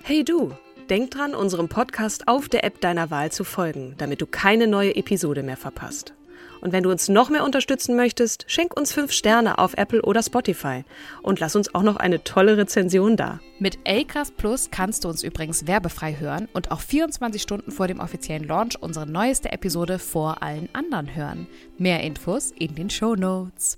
Hey du, denk dran, unserem Podcast auf der App deiner Wahl zu folgen, damit du keine neue Episode mehr verpasst. Und wenn du uns noch mehr unterstützen möchtest, schenk uns 5 Sterne auf Apple oder Spotify und lass uns auch noch eine tolle Rezension da. Mit Acast Plus kannst du uns übrigens werbefrei hören und auch 24 Stunden vor dem offiziellen Launch unsere neueste Episode vor allen anderen hören. Mehr Infos in den Shownotes.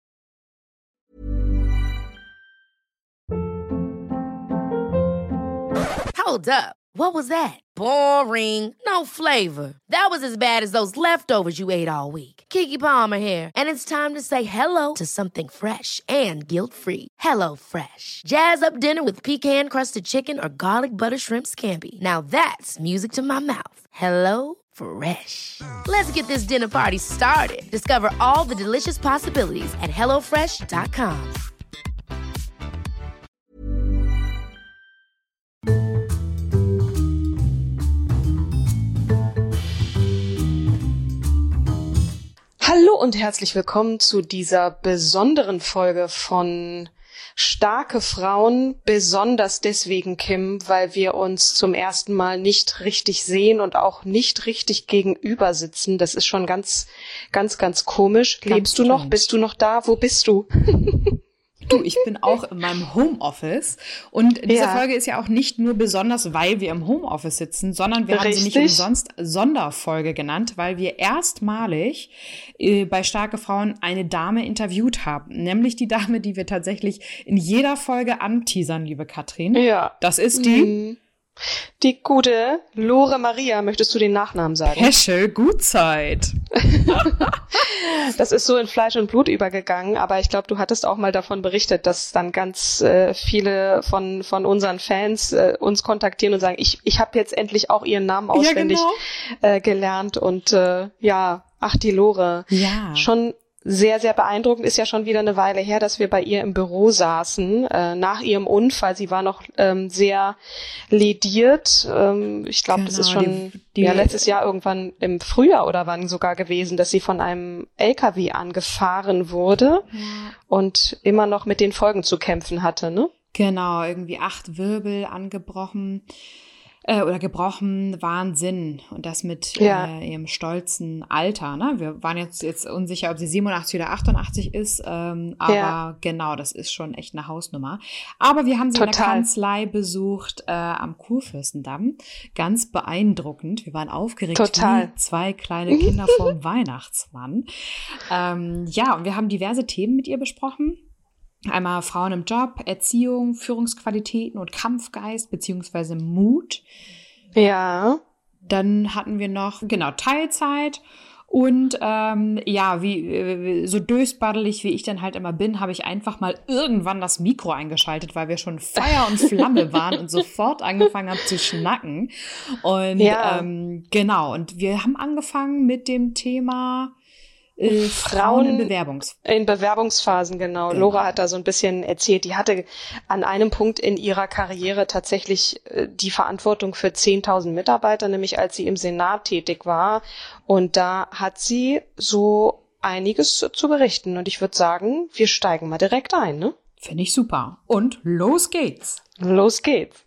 Hold up. What was that? Boring. No flavor. That was as bad as those leftovers you ate all week. Keke Palmer here. And it's time to say hello to something fresh and guilt-free. Hello Fresh. Jazz up dinner with pecan-crusted chicken or garlic butter shrimp scampi. Now that's music to my mouth. Hello Fresh. Let's get this dinner party started. Discover all the delicious possibilities at hellofresh.com. Hallo und herzlich willkommen zu dieser besonderen Folge von Starke Frauen, besonders deswegen, Kim, weil wir uns zum ersten Mal nicht richtig sehen und auch nicht richtig gegenüber sitzen. Das ist schon ganz komisch. Lebst du noch? Bist du noch da? Wo bist du? Du, ich bin auch in meinem Homeoffice und diese Folge ist ja auch nicht nur besonders, weil wir im Homeoffice sitzen, sondern wir haben sie nicht umsonst Sonderfolge genannt, weil wir erstmalig bei Starke Frauen eine Dame interviewt haben, nämlich die Dame, die wir tatsächlich in jeder Folge anteasern, liebe Katrin. Ja. Das ist die gute Lore Maria. Möchtest du den Nachnamen sagen? Peschel Gutzeit. Das ist so in Fleisch und Blut übergegangen, aber ich glaube, du hattest auch mal davon berichtet, dass dann ganz viele von unseren Fans uns kontaktieren und sagen, ich habe jetzt endlich auch ihren Namen auswendig gelernt und die Lore. Ja. Schon sehr, sehr beeindruckend. Ist ja schon wieder eine Weile her, dass wir bei ihr im Büro saßen, nach ihrem Unfall. Sie war noch sehr lediert. Ich glaube, das ist schon letztes Jahr irgendwann im Frühjahr oder wann sogar gewesen, dass sie von einem LKW angefahren wurde und immer noch mit den Folgen zu kämpfen hatte, ne? Genau, irgendwie 8 Wirbel angebrochen. Oder gebrochen, Wahnsinn. Und das mit ihrem stolzen Alter. Ne? Wir waren jetzt unsicher, ob sie 87 oder 88 ist. Aber genau, das ist schon echt eine Hausnummer. Aber wir haben sie in der Kanzlei besucht am Kurfürstendamm. Ganz beeindruckend. Wir waren aufgeregt wie 2 kleine Kinder vom Weihnachtsmann. Und wir haben diverse Themen mit ihr besprochen. Einmal Frauen im Job, Erziehung, Führungsqualitäten und Kampfgeist beziehungsweise Mut. Ja. Dann hatten wir noch, Teilzeit. Und wie so dösbaddelig wie ich dann halt immer bin, habe ich einfach mal irgendwann das Mikro eingeschaltet, weil wir schon Feuer und Flamme waren und sofort angefangen haben zu schnacken. Und und wir haben angefangen mit dem Thema Frauen in Bewerbungsphasen, genau. Lora hat da so ein bisschen erzählt, die hatte an einem Punkt in ihrer Karriere tatsächlich die Verantwortung für 10.000 Mitarbeiter, nämlich als sie im Senat tätig war. Und da hat sie so einiges zu berichten. Und ich würde sagen, wir steigen mal direkt ein, ne? Finde ich super. Und los geht's. Los geht's.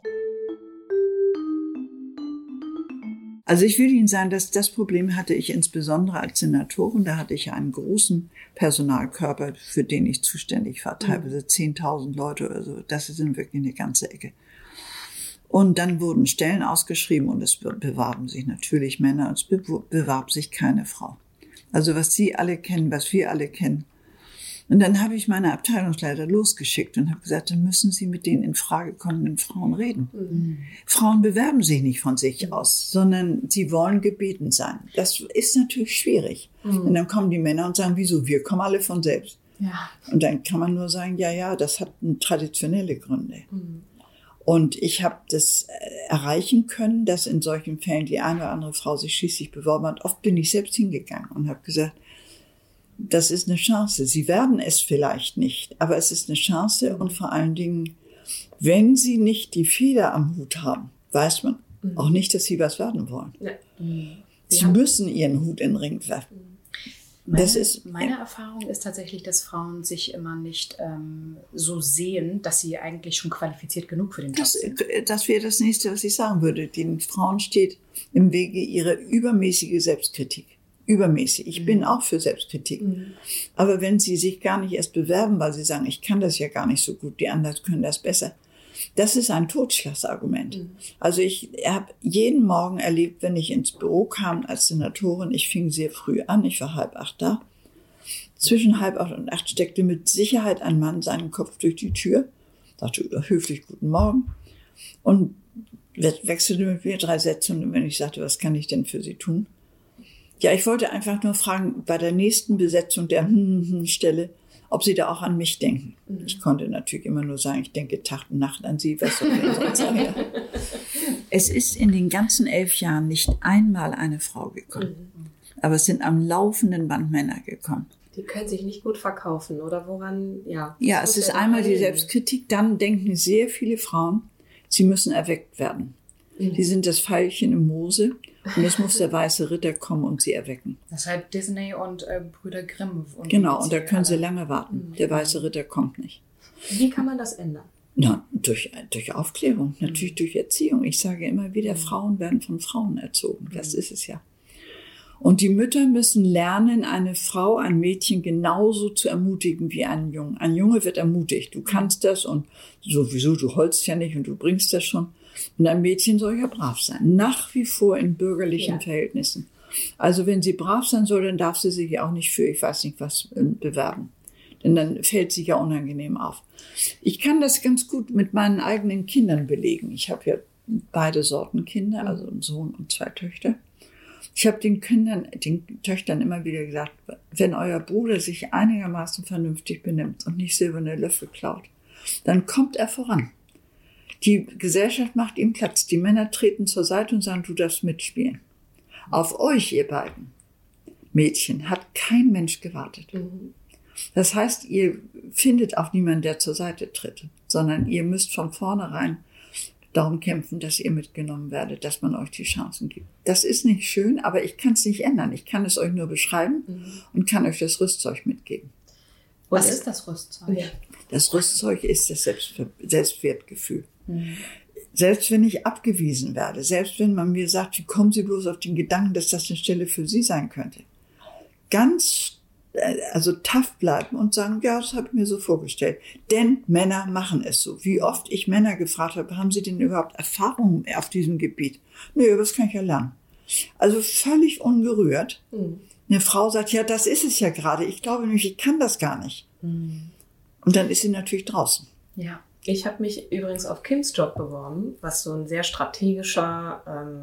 Also ich will Ihnen sagen, dass das Problem hatte ich insbesondere als Senatorin. Da hatte ich einen großen Personalkörper, für den ich zuständig war, teilweise 10.000 Leute oder so. Das sind wirklich eine ganze Ecke. Und dann wurden Stellen ausgeschrieben und es bewarben sich natürlich Männer und es bewarb sich keine Frau. Also was Sie alle kennen, was wir alle kennen. Und dann habe ich meine Abteilungsleiter losgeschickt und habe gesagt, dann müssen Sie mit den in Frage kommenden Frauen reden. Mhm. Frauen bewerben sich nicht von sich aus, sondern sie wollen gebeten sein. Das ist natürlich schwierig. Mhm. Und dann kommen die Männer und sagen, wieso? Wir kommen alle von selbst. Ja. Und dann kann man nur sagen, das hat traditionelle Gründe. Mhm. Und ich habe das erreichen können, dass in solchen Fällen die eine oder andere Frau sich schließlich beworben hat. Oft bin ich selbst hingegangen und habe gesagt, das ist eine Chance. Sie werden es vielleicht nicht, aber es ist eine Chance und vor allen Dingen, wenn Sie nicht die Feder am Hut haben, weiß man auch nicht, dass Sie was werden wollen. Ja. Sie müssen Ihren Hut in den Ring werfen. Meine Erfahrung ist tatsächlich, dass Frauen sich immer nicht so sehen, dass sie eigentlich schon qualifiziert genug für den Job sind. Das wäre das Nächste, was ich sagen würde. Den Frauen steht im Wege ihre übermäßige Selbstkritik. Übermäßig. Ich bin auch für Selbstkritik. Aber wenn sie sich gar nicht erst bewerben, weil sie sagen, ich kann das ja gar nicht so gut, die anderen können das besser. Das ist ein Totschlagsargument. Also ich habe jeden Morgen erlebt, wenn ich ins Büro kam als Senatorin, ich fing sehr früh an, ich war 7:30 da. Zwischen 7:30 und 8 steckte mit Sicherheit ein Mann seinen Kopf durch die Tür, sagte höflich Guten Morgen und wechselte mit mir 3 Sätze und wenn ich sagte, was kann ich denn für Sie tun? Ja, ich wollte einfach nur fragen, bei der nächsten Besetzung der Stelle, ob Sie da auch an mich denken. Ich konnte natürlich immer nur sagen, ich denke Tag und Nacht an Sie. Was soll ich sonst sagen? Es ist in den ganzen 11 Jahren nicht einmal eine Frau gekommen. Aber es sind am laufenden Band Männer gekommen. Die können sich nicht gut verkaufen, oder woran, Ja, es ist einmal die Selbstkritik, dann denken sehr viele Frauen, sie müssen erweckt werden. Die sind das Veilchen im Moose und es muss der weiße Ritter kommen und sie erwecken. Das ist halt Disney und Brüder Grimm. Genau, und da können sie lange warten. Der weiße Ritter kommt nicht. Wie kann man das ändern? Na, durch Aufklärung, natürlich durch Erziehung. Ich sage immer wieder, Frauen werden von Frauen erzogen. Das ist es ja. Und die Mütter müssen lernen, eine Frau, ein Mädchen genauso zu ermutigen wie einen Jungen. Ein Junge wird ermutigt. Du kannst das und sowieso, du holst ja nicht und du bringst das schon. Und ein Mädchen soll ja brav sein. Nach wie vor in bürgerlichen Verhältnissen. Also wenn sie brav sein soll, dann darf sie sich ja auch nicht für, ich weiß nicht was, bewerben. Denn dann fällt sie ja unangenehm auf. Ich kann das ganz gut mit meinen eigenen Kindern belegen. Ich habe ja beide Sorten Kinder, also einen Sohn und 2 Töchter. Ich habe den Töchtern immer wieder gesagt, wenn euer Bruder sich einigermaßen vernünftig benimmt und nicht silberne Löffel klaut, dann kommt er voran. Die Gesellschaft macht ihm Platz. Die Männer treten zur Seite und sagen, du darfst mitspielen. Auf euch, ihr beiden Mädchen, hat kein Mensch gewartet. Das heißt, ihr findet auch niemanden, der zur Seite tritt, sondern ihr müsst von vornherein darum kämpfen, dass ihr mitgenommen werdet, dass man euch die Chancen gibt. Das ist nicht schön, aber ich kann es nicht ändern. Ich kann es euch nur beschreiben und kann euch das Rüstzeug mitgeben. Was ist das Rüstzeug? Das Rüstzeug ist das Selbstwertgefühl. Selbst wenn ich abgewiesen werde, selbst wenn man mir sagt, wie kommen Sie bloß auf den Gedanken, dass das eine Stelle für Sie sein könnte. Also tough bleiben und sagen, ja, das habe ich mir so vorgestellt. Denn Männer machen es so. Wie oft ich Männer gefragt habe, haben Sie denn überhaupt Erfahrungen auf diesem Gebiet? Nö, das kann ich ja lernen. Also völlig ungerührt. Eine Frau sagt, ja, das ist es ja gerade. Ich glaube nämlich, ich kann das gar nicht. Und dann ist sie natürlich draußen. Ja. Ich habe mich übrigens auf Kims Job beworben, was so ein sehr strategischer,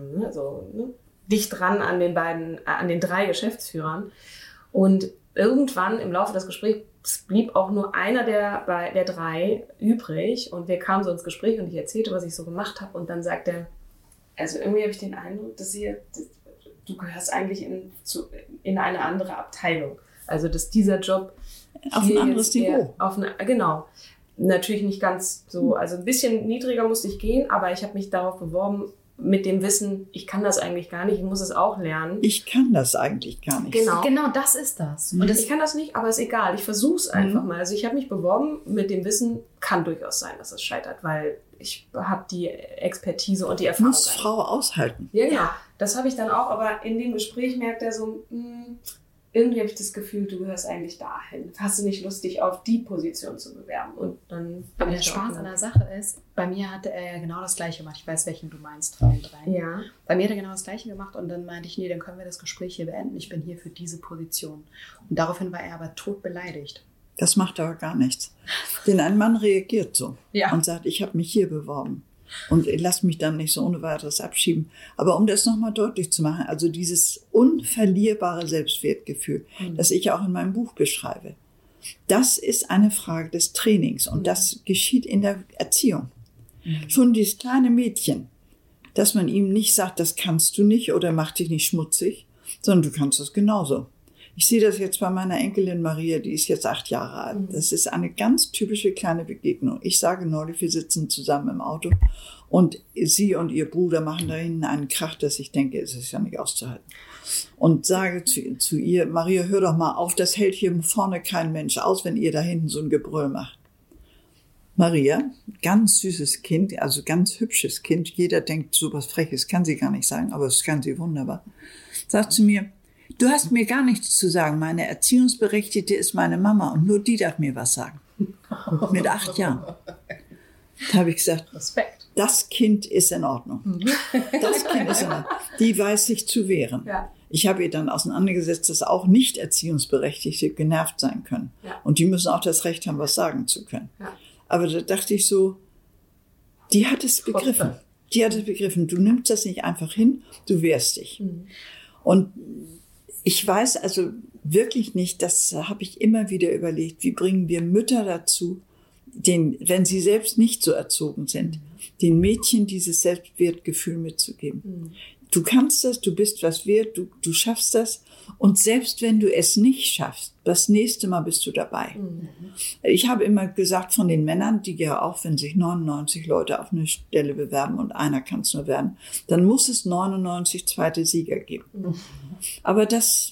dicht dran an den 3 Geschäftsführern. Und irgendwann im Laufe des Gesprächs blieb auch nur einer der 3 übrig. Und wir kamen so ins Gespräch und ich erzählte, was ich so gemacht habe. Und dann sagt er, also irgendwie habe ich den Eindruck, dass du gehörst eigentlich in eine andere Abteilung. Also dass dieser Job auf ein anderes Niveau. Genau. Natürlich nicht ganz so, also ein bisschen niedriger musste ich gehen, aber ich habe mich darauf beworben mit dem Wissen, ich kann das eigentlich gar nicht, ich muss es auch lernen. Ich kann das eigentlich gar nicht. Genau das ist das. Und ich kann das nicht, aber ist egal, ich versuche es einfach mal. Also ich habe mich beworben mit dem Wissen, kann durchaus sein, dass es scheitert, weil ich habe die Expertise und die Erfahrung. Muss Frau aushalten. Ja, genau. Das habe ich dann auch, aber in dem Gespräch merkt er so, irgendwie habe ich das Gefühl, du gehörst eigentlich dahin. Hast du nicht Lust, dich auf die Position zu bewerben? Und dann aber der Spaß an der Sache ist, bei mir hatte er ja genau das Gleiche gemacht. Ich weiß, welchen du meinst von den 3. Ja. Bei mir hat er genau das Gleiche gemacht und dann meinte ich, nee, dann können wir das Gespräch hier beenden. Ich bin hier für diese Position. Und daraufhin war er aber tot beleidigt. Das macht aber gar nichts. Denn ein Mann reagiert so und sagt, ich habe mich hier beworben. Und lass mich dann nicht so ohne weiteres abschieben. Aber um das nochmal deutlich zu machen, also dieses unverlierbare Selbstwertgefühl, das ich auch in meinem Buch beschreibe, das ist eine Frage des Trainings und das geschieht in der Erziehung. Schon dieses kleine Mädchen, dass man ihm nicht sagt, das kannst du nicht oder mach dich nicht schmutzig, sondern du kannst das genauso. Ich sehe das jetzt bei meiner Enkelin Maria, die ist jetzt 8 Jahre alt. Das ist eine ganz typische kleine Begegnung. Ich sage neulich, wir sitzen zusammen im Auto und sie und ihr Bruder machen da hinten einen Krach, dass ich denke, es ist ja nicht auszuhalten. Und sage zu ihr, Maria, hör doch mal auf, das hält hier vorne kein Mensch aus, wenn ihr da hinten so ein Gebrüll macht. Maria, ganz süßes Kind, also ganz hübsches Kind, jeder denkt, so was Freches kann sie gar nicht sagen, aber das kann sie wunderbar, sagt zu mir, du hast mir gar nichts zu sagen, meine Erziehungsberechtigte ist meine Mama und nur die darf mir was sagen. Mit 8 Jahren. Da habe ich gesagt, Respekt. Das Kind ist in Ordnung. Das Kind ist in Ordnung. Die weiß sich zu wehren. Ja. Ich habe ihr dann auseinandergesetzt, dass auch nicht Erziehungsberechtigte genervt sein können. Ja. Und die müssen auch das Recht haben, was sagen zu können. Ja. Aber da dachte ich so, die hat es begriffen. Die hat es begriffen. Du nimmst das nicht einfach hin, du wehrst dich. Mhm. Und ich weiß also wirklich nicht, das habe ich immer wieder überlegt, wie bringen wir Mütter dazu, wenn sie selbst nicht so erzogen sind, den Mädchen dieses Selbstwertgefühl mitzugeben. Mhm. Du kannst das, du bist was wert, du schaffst das. Und selbst wenn du es nicht schaffst, das nächste Mal bist du dabei. Mhm. Ich habe immer gesagt von den Männern, die ja auch, wenn sich 99 Leute auf eine Stelle bewerben und einer kann es nur werden, dann muss es 99 zweite Sieger geben. Mhm. Aber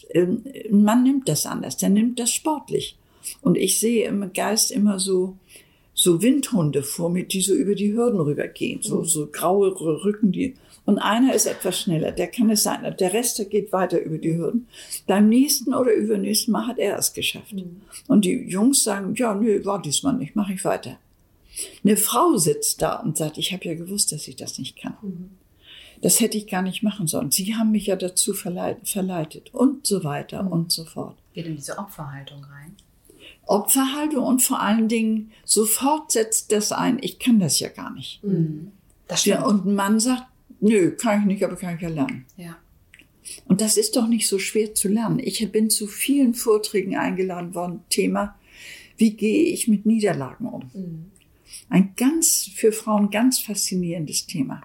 man nimmt das anders, der nimmt das sportlich. Und ich sehe im Geist immer so Windhunde vor mir, die so über die Hürden rübergehen, so graue Rücken, und einer ist etwas schneller, der kann es sein, der Rest, der geht weiter über die Hürden. Beim nächsten oder übernächsten Mal hat er es geschafft. Mhm. Und die Jungs sagen, ja, nö, war diesmal nicht, mache ich weiter. Eine Frau sitzt da und sagt, ich habe ja gewusst, dass ich das nicht kann. Mhm. Das hätte ich gar nicht machen sollen. Sie haben mich ja dazu verleitet und so weiter und so fort. Geht in diese Opferhaltung rein? Opferhaltung und vor allen Dingen sofort setzt das ein, ich kann das ja gar nicht. Mhm. Das stimmt. Ja, und ein Mann sagt, nö, kann ich nicht, aber kann ich ja lernen. Ja. Und das ist doch nicht so schwer zu lernen. Ich bin zu vielen Vorträgen eingeladen worden, Thema, wie gehe ich mit Niederlagen um? Mhm. Ein für Frauen ganz faszinierendes Thema,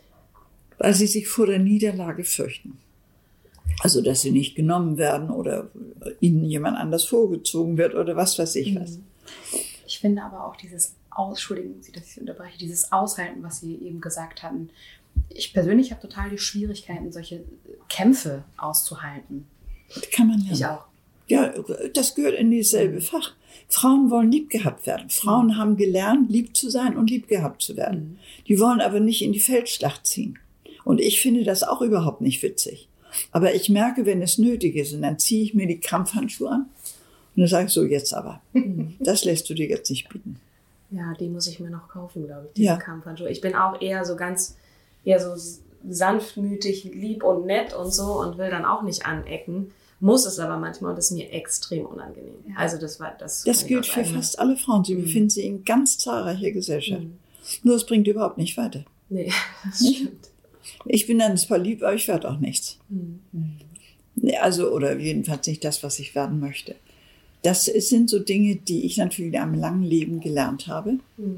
weil sie sich vor der Niederlage fürchten. Also, dass sie nicht genommen werden oder ihnen jemand anders vorgezogen wird oder was weiß ich was. Ich finde aber auch Entschuldigen Sie, dass ich unterbreche, dieses Aushalten, was Sie eben gesagt hatten. Ich persönlich habe total die Schwierigkeiten, solche Kämpfe auszuhalten. Das kann man lernen. Ich auch. Ja, das gehört in dieselbe Fach. Frauen wollen lieb gehabt werden. Frauen haben gelernt, lieb zu sein und lieb gehabt zu werden. Die wollen aber nicht in die Feldschlacht ziehen. Und ich finde das auch überhaupt nicht witzig. Aber ich merke, wenn es nötig ist, und dann ziehe ich mir die Krampfhandschuhe an und dann sage ich so, jetzt aber. Das lässt du dir jetzt nicht bieten. Ja, die muss ich mir noch kaufen, glaube ich, diese Kampfhandschuhe. Ich bin auch eher so sanftmütig, lieb und nett und so und will dann auch nicht anecken. Muss es aber manchmal und das ist mir extrem unangenehm. Ja. Also das gilt für fast alle Frauen. Sie befinden sich in ganz zahlreicher Gesellschaft. Nur es bringt überhaupt nicht weiter. Nee, das stimmt. Ich bin dann zwar lieb, aber ich werde auch nichts. Also, oder jedenfalls nicht das, was ich werden möchte. Das sind so Dinge, die ich natürlich in einem langen Leben gelernt habe.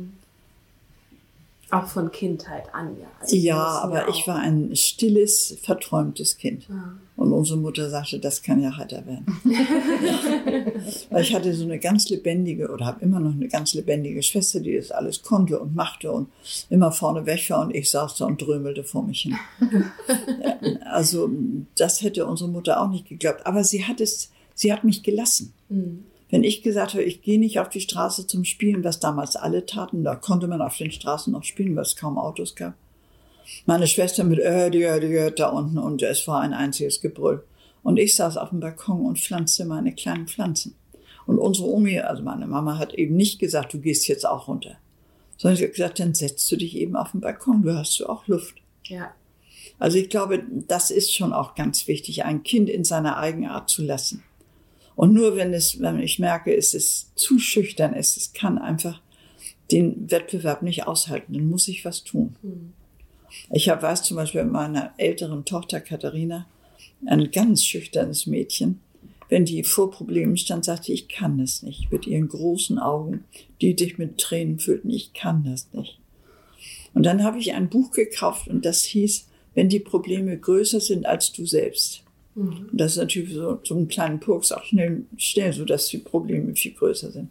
Auch von Kindheit an, ja. Also ja, aber ich war ein stilles, verträumtes Kind. Ja. Und unsere Mutter sagte, das kann ja heiter werden. Weil ich hatte so eine ganz lebendige, oder habe immer noch eine ganz lebendige Schwester, die das alles konnte und machte und immer vorne weg war und ich saß da und drömelte vor mich hin. Also das hätte unsere Mutter auch nicht geglaubt. Aber sie hat mich gelassen. Wenn ich gesagt habe, ich gehe nicht auf die Straße zum Spielen, was damals alle taten, da konnte man auf den Straßen noch spielen, weil es kaum Autos gab. Meine Schwester mit die da unten und es war ein einziges Gebrüll. Und ich saß auf dem Balkon und pflanzte meine kleinen Pflanzen. Und unsere Omi, also meine Mama, hat eben nicht gesagt, du gehst jetzt auch runter. Sondern sie hat gesagt, dann setzt du dich eben auf den Balkon, du hast so auch Luft. Ja. Also ich glaube, das ist schon auch ganz wichtig, ein Kind in seiner Eigenart zu lassen. Und nur wenn ich merke, es ist zu schüchtern, es kann einfach den Wettbewerb nicht aushalten, dann muss ich was tun. Ich weiß zum Beispiel bei meiner älteren Tochter Katharina, ein ganz schüchternes Mädchen, wenn die vor Problemen stand, sagte, ich kann das nicht, mit ihren großen Augen, die dich mit Tränen füllten, ich kann das nicht. Und dann habe ich ein Buch gekauft und das hieß, wenn die Probleme größer sind als du selbst. Und das ist natürlich so einen kleinen Purks auch schnell so, dass die Probleme viel größer sind.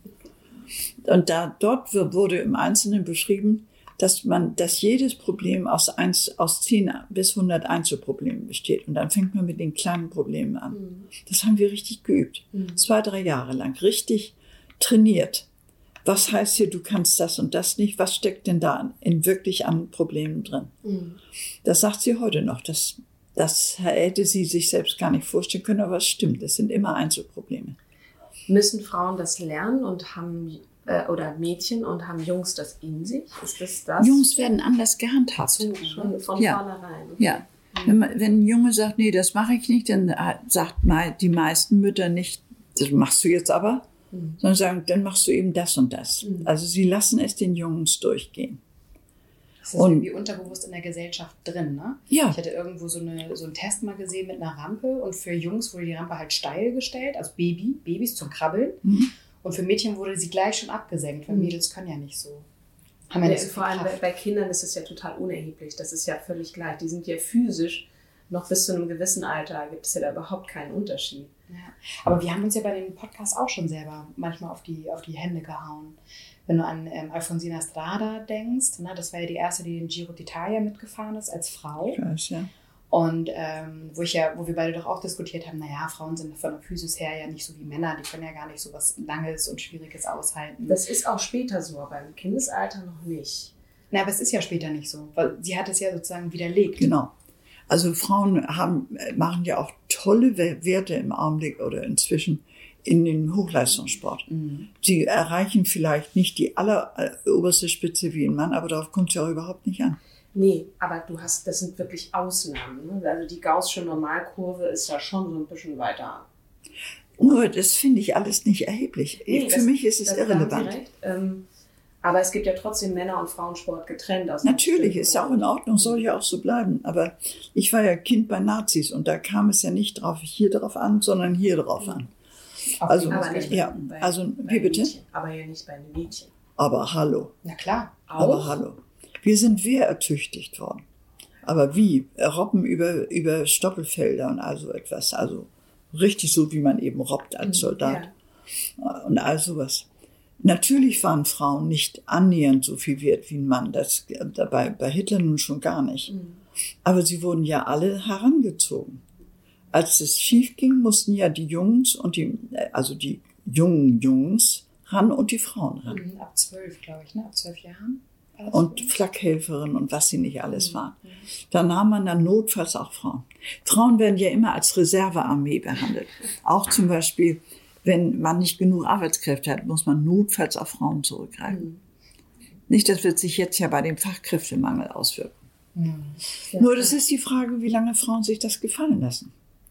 Und dort wurde im Einzelnen beschrieben, dass jedes Problem aus 10 bis 100 Einzelproblemen besteht. Und dann fängt man mit den kleinen Problemen an. Das haben wir richtig geübt. 2-3 Jahre lang. Richtig trainiert. Was heißt hier, du kannst das und das nicht? Was steckt denn da wirklich an Problemen drin? Das sagt sie heute noch. Das hätte sie sich selbst gar nicht vorstellen können, aber es stimmt. Es sind immer Einzelprobleme. Müssen Frauen das lernen und haben oder Mädchen und haben Jungs das in sich? Ist das? Jungs werden anders gehandhabt. Schon von vornherein. Okay. Ja. Wenn ein Junge sagt, nee, das mache ich nicht, dann sagt mal die meisten Mütter nicht, das machst du jetzt aber, sondern sagen, dann machst du eben das und das. Also sie lassen es den Jungs durchgehen. Das ist irgendwie unterbewusst in der Gesellschaft drin, ne? Ja. Ich hatte irgendwo so einen Test mal gesehen mit einer Rampe und für Jungs wurde die Rampe halt steil gestellt, also Babys zum Krabbeln. Und für Mädchen wurde sie gleich schon abgesenkt, weil Mädels können ja nicht so. Haben ja nicht so vor allem bei Kindern ist es ja total unerheblich. Das ist ja völlig gleich. Die sind ja physisch noch bis zu einem gewissen Alter, gibt es ja da überhaupt keinen Unterschied. Ja. Aber wir haben uns ja bei dem Podcast auch schon selber manchmal auf die Hände gehauen. Wenn du an Alfonsina Strada denkst, ne, das war ja die erste, die den Giro d'Italia mitgefahren ist als Frau. Ich weiß, ja. Und wo wir beide doch auch diskutiert haben, naja, Frauen sind von der Physis her ja nicht so wie Männer, die können ja gar nicht so was Langes und Schwieriges aushalten. Das ist auch später so, aber im Kindesalter noch nicht. Na, aber es ist ja später nicht so, weil sie hat es ja sozusagen widerlegt. Genau. Also Frauen machen ja auch tolle Werte im Augenblick oder inzwischen in den Hochleistungssport. Sie erreichen vielleicht nicht die alleroberste Spitze wie ein Mann, aber darauf kommt es ja auch überhaupt nicht an. Nee, aber das sind wirklich Ausnahmen. Ne? Also die Gaußsche Normalkurve ist ja schon so ein bisschen weiter. Nur, das finde ich alles nicht erheblich. Nee, für mich ist es irrelevant. Aber es gibt ja trotzdem Männer- und Frauensport getrennt. Natürlich, ist ja auch in Ordnung, soll ja auch so bleiben. Aber ich war ja Kind bei Nazis und da kam es ja nicht hier drauf an, sondern hier drauf an. Also, aber nicht wie bitte? Mädchen, aber ja nicht bei einem Mädchen. Aber hallo. Na klar. Auch. Aber hallo. Wir sind ertüchtigt worden. Aber wie? Robben über Stoppelfelder und all so etwas. Also richtig so, wie man eben robbt als Soldat. Ja. Und all sowas. Natürlich waren Frauen nicht annähernd so viel wert wie ein Mann. Das bei Hitler nun schon gar nicht. Aber sie wurden ja alle herangezogen. Als es schief ging, mussten ja die Jungs und die jungen Jungs ran und die Frauen ran. Ab 12, glaube ich, ne? Ab 12 Jahren. Und Flakhelferin und was sie nicht alles waren. Da nahm man dann notfalls auch Frauen. Frauen werden ja immer als Reservearmee behandelt. Auch zum Beispiel, wenn man nicht genug Arbeitskräfte hat, muss man notfalls auf Frauen zurückgreifen. Nicht, das wird sich jetzt ja bei dem Fachkräftemangel auswirken. Ja. Nur das ist die Frage, wie lange Frauen sich das gefallen lassen.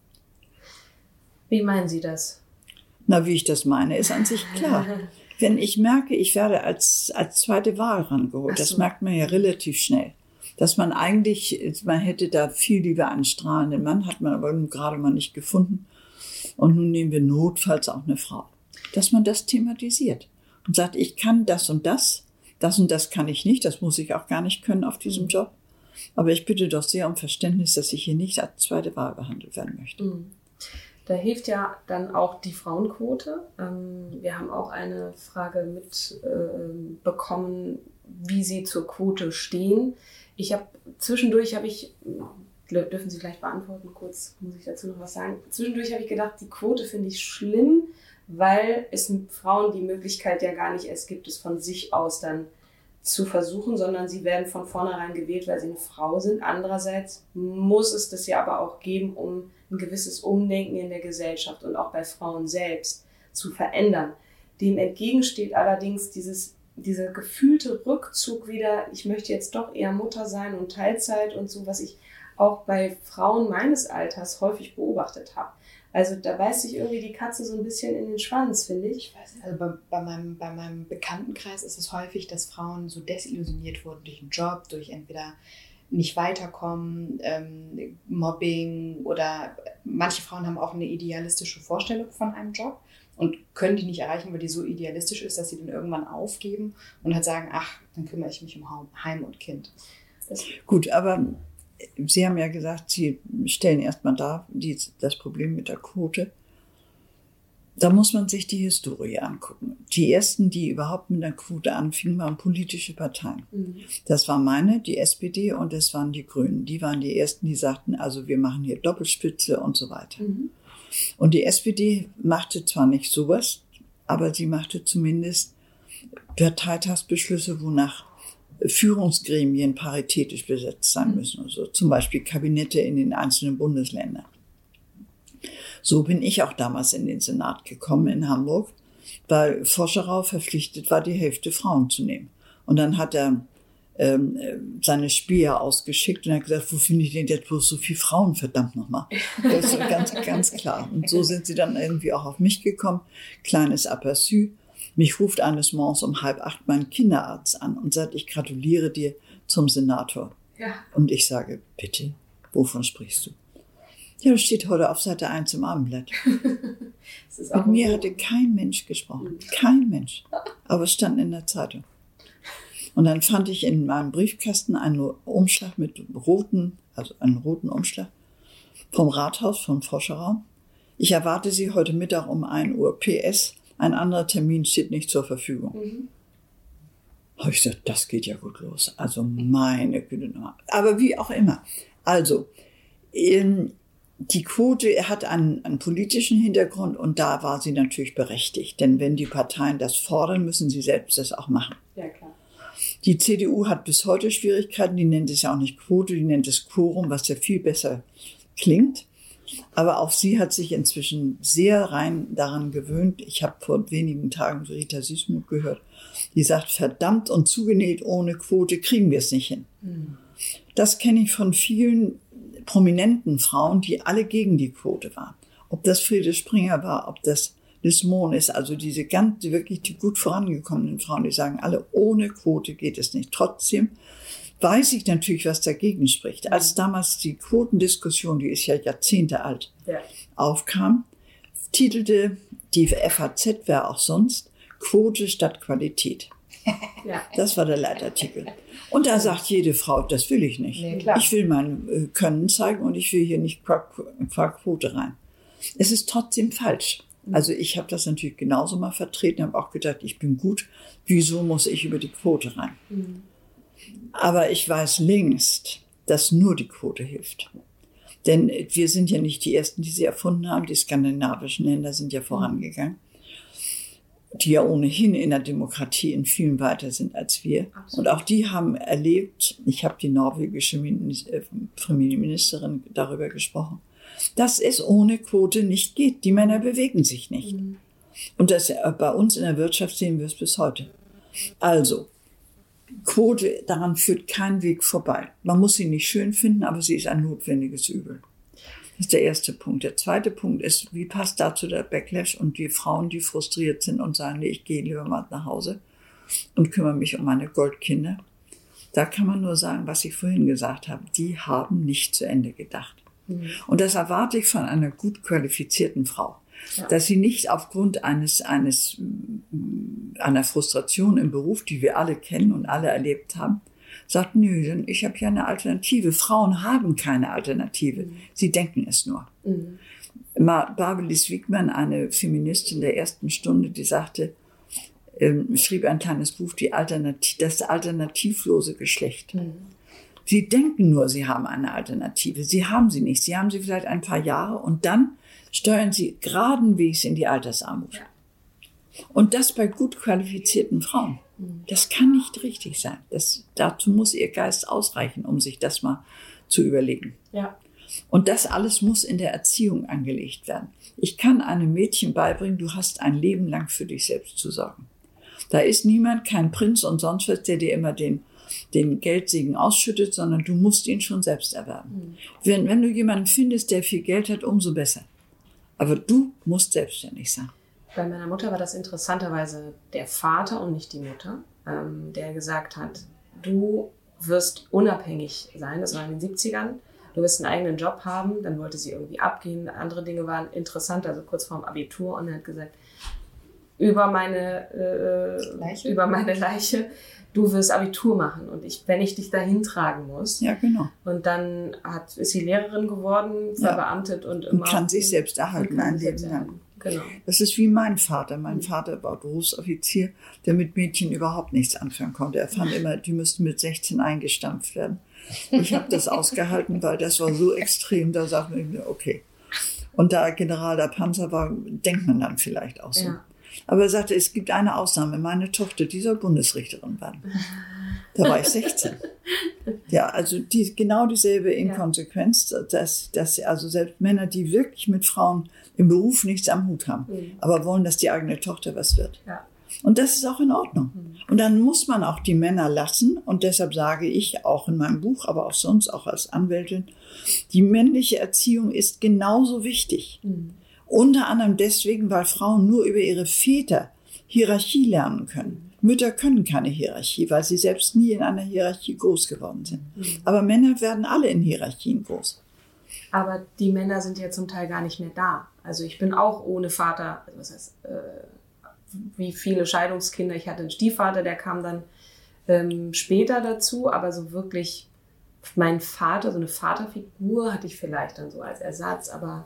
Wie meinen Sie das? Na, wie ich das meine, ist an sich klar. Wenn ich merke, ich werde als zweite Wahl rangeholt, das merkt man ja relativ schnell. Dass man hätte da viel lieber einen strahlenden Mann, hat man aber nun gerade mal nicht gefunden. Und nun nehmen wir notfalls auch eine Frau. Dass man das thematisiert und sagt, ich kann das und das kann ich nicht, das muss ich auch gar nicht können auf diesem Job. Aber ich bitte doch sehr um Verständnis, dass ich hier nicht als zweite Wahl behandelt werden möchte. Da hilft ja dann auch die Frauenquote. Wir haben auch eine Frage mitbekommen, wie Sie zur Quote stehen. Zwischendurch habe ich, dürfen Sie gleich beantworten, kurz muss ich dazu noch was sagen. Zwischendurch habe ich gedacht, die Quote finde ich schlimm, weil es Frauen die Möglichkeit ja gar nicht erst gibt, es von sich aus dann zu versuchen, sondern sie werden von vornherein gewählt, weil sie eine Frau sind. Andererseits muss es das ja aber auch geben, um ein gewisses Umdenken in der Gesellschaft und auch bei Frauen selbst zu verändern. Dem entgegensteht allerdings dieser gefühlte Rückzug wieder, ich möchte jetzt doch eher Mutter sein und Teilzeit und so, was ich auch bei Frauen meines Alters häufig beobachtet habe. Also da beißt sich irgendwie die Katze so ein bisschen in den Schwanz, finde ich. Ich weiß nicht, also bei meinem Bekanntenkreis ist es häufig, dass Frauen so desillusioniert wurden durch den Job, durch entweder nicht weiterkommen, Mobbing oder manche Frauen haben auch eine idealistische Vorstellung von einem Job und können die nicht erreichen, weil die so idealistisch ist, dass sie dann irgendwann aufgeben und halt sagen, ach, dann kümmere ich mich um Heim und Kind. Gut, aber Sie haben ja gesagt, Sie stellen erstmal dar das Problem mit der Quote. Da muss man sich die Historie angucken. Die ersten, die überhaupt mit der Quote anfingen, waren politische Parteien. Das war die SPD, und das waren die Grünen. Die waren die ersten, die sagten, also wir machen hier Doppelspitze und so weiter. Und die SPD machte zwar nicht sowas, aber sie machte zumindest Parteitagsbeschlüsse, wonach Führungsgremien paritätisch besetzt sein müssen. Also zum Beispiel Kabinette in den einzelnen Bundesländern. So bin ich auch damals in den Senat gekommen in Hamburg, weil Voscherau verpflichtet war, die Hälfte Frauen zu nehmen. Und dann hat er seine Späher ausgeschickt und hat gesagt, wo finde ich denn jetzt bloß so viele Frauen, verdammt nochmal. Das ist ganz, ganz klar. Und so sind sie dann irgendwie auch auf mich gekommen. Kleines Aperçu. Mich ruft eines Morgens um 7:30 mein Kinderarzt an und sagt, ich gratuliere dir zum Senator. Ja. Und ich sage, bitte, wovon sprichst du? Ja, das steht heute auf Seite 1 im Abendblatt. Mit mir hatte kein Mensch gesprochen. Kein Mensch. Aber es stand in der Zeitung. Und dann fand ich in meinem Briefkasten einen Umschlag mit einen roten Umschlag vom Rathaus von Voscherau. Ich erwarte Sie heute Mittag um 1 Uhr. PS, ein anderer Termin steht nicht zur Verfügung. Habe ich gesagt, das geht ja gut los. Also meine Güte nochmal. Aber wie auch immer. Also, die Quote hat einen politischen Hintergrund, und da war sie natürlich berechtigt. Denn wenn die Parteien das fordern, müssen sie selbst das auch machen. Ja, klar. Die CDU hat bis heute Schwierigkeiten, die nennt es ja auch nicht Quote, die nennt es Quorum, was ja viel besser klingt. Aber auch sie hat sich inzwischen sehr rein daran gewöhnt. Ich habe vor wenigen Tagen Rita Süssmuth gehört, die sagt, verdammt und zugenäht, ohne Quote kriegen wir es nicht hin. Das kenne ich von vielen prominenten Frauen, die alle gegen die Quote waren. Ob das Friede Springer war, ob das Liz Mohn ist, also die gut vorangekommenen Frauen, die sagen, alle ohne Quote geht es nicht. Trotzdem weiß ich natürlich, was dagegen spricht. Als damals die Quotendiskussion, die ist ja Jahrzehnte alt, aufkam, titelte die FAZ, wer auch sonst, Quote statt Qualität. Ja. Das war der Leitartikel. Und da sagt jede Frau, das will ich nicht. Nee, ich will mein Können zeigen und ich will hier nicht Quote rein. Es ist trotzdem falsch. Also ich habe das natürlich genauso mal vertreten, habe auch gedacht, ich bin gut, wieso muss ich über die Quote rein? Aber ich weiß längst, dass nur die Quote hilft. Denn wir sind ja nicht die Ersten, die sie erfunden haben. Die skandinavischen Länder sind ja vorangegangen, die ja ohnehin in der Demokratie in vielen weiter sind als wir. Absolut. Und auch die haben erlebt, ich habe die norwegische Premierministerin darüber gesprochen, dass es ohne Quote nicht geht. Die Männer bewegen sich nicht. Und das bei uns in der Wirtschaft sehen wir es bis heute. Also, Quote, daran führt kein Weg vorbei. Man muss sie nicht schön finden, aber sie ist ein notwendiges Übel. Das ist der erste Punkt. Der zweite Punkt ist, wie passt dazu der Backlash und die Frauen, die frustriert sind und sagen, nee, ich gehe lieber mal nach Hause und kümmere mich um meine Goldkinder. Da kann man nur sagen, was ich vorhin gesagt habe. Die haben nicht zu Ende gedacht. Und das erwarte ich von einer gut qualifizierten Frau. Ja. Dass sie nicht aufgrund einer Frustration im Beruf, die wir alle kennen und alle erlebt haben, sagt, nö, ich habe ja eine Alternative. Frauen haben keine Alternative. Sie denken es nur. Barbelies Wiegmann, eine Feministin der ersten Stunde, die sagte, schrieb ein kleines Buch, das alternativlose Geschlecht. Sie denken nur, sie haben eine Alternative. Sie haben sie nicht. Sie haben sie vielleicht ein paar Jahre und dann steuern sie geraden Wegs in die Altersarmut. Ja. Und das bei gut qualifizierten Frauen. Das kann nicht richtig sein. Dazu muss ihr Geist ausreichen, um sich das mal zu überlegen. Ja. Und das alles muss in der Erziehung angelegt werden. Ich kann einem Mädchen beibringen, du hast ein Leben lang für dich selbst zu sorgen. Da ist niemand, kein Prinz und sonst was, der dir immer den Geldsegen ausschüttet, sondern du musst ihn schon selbst erwerben. Wenn du jemanden findest, der viel Geld hat, umso besser. Aber du musst selbstständig sein. Bei meiner Mutter war das interessanterweise der Vater und nicht die Mutter, der gesagt hat, du wirst unabhängig sein. Das war in den 70ern. Du wirst einen eigenen Job haben. Dann wollte sie irgendwie abgehen. Andere Dinge waren interessant, also kurz vorm Abitur. Und er hat gesagt, über meine Leiche, du wirst Abitur machen und wenn ich dich dahin tragen muss. Ja, genau. Und dann ist sie Lehrerin geworden, verbeamtet und immer. Und kann sich selbst erhalten ein Leben lang. Genau. Das ist wie mein Vater. Mein Vater war Berufsoffizier, der mit Mädchen überhaupt nichts anfangen konnte. Er fand immer, die müssten mit 16 eingestampft werden. Ich habe das ausgehalten, weil das war so extrem, da sagt man mir, okay. Und da General der Panzer war, denkt man dann vielleicht auch so. Ja. Aber er sagte, es gibt eine Ausnahme. Meine Tochter, die soll Bundesrichterin werden. Da war ich 16. Ja, also genau dieselbe Inkonsequenz, dass also selbst Männer, die wirklich mit Frauen im Beruf nichts am Hut haben, aber wollen, dass die eigene Tochter was wird. Ja. Und das ist auch in Ordnung. Und dann muss man auch die Männer lassen. Und deshalb sage ich auch in meinem Buch, aber auch sonst, auch als Anwältin, die männliche Erziehung ist genauso wichtig. Unter anderem deswegen, weil Frauen nur über ihre Väter Hierarchie lernen können. Mütter können keine Hierarchie, weil sie selbst nie in einer Hierarchie groß geworden sind. Aber Männer werden alle in Hierarchien groß. Aber die Männer sind ja zum Teil gar nicht mehr da. Also ich bin auch ohne Vater, was heißt, wie viele Scheidungskinder. Ich hatte einen Stiefvater, der kam dann später dazu, aber so wirklich mein Vater, so eine Vaterfigur hatte ich vielleicht dann so als Ersatz, aber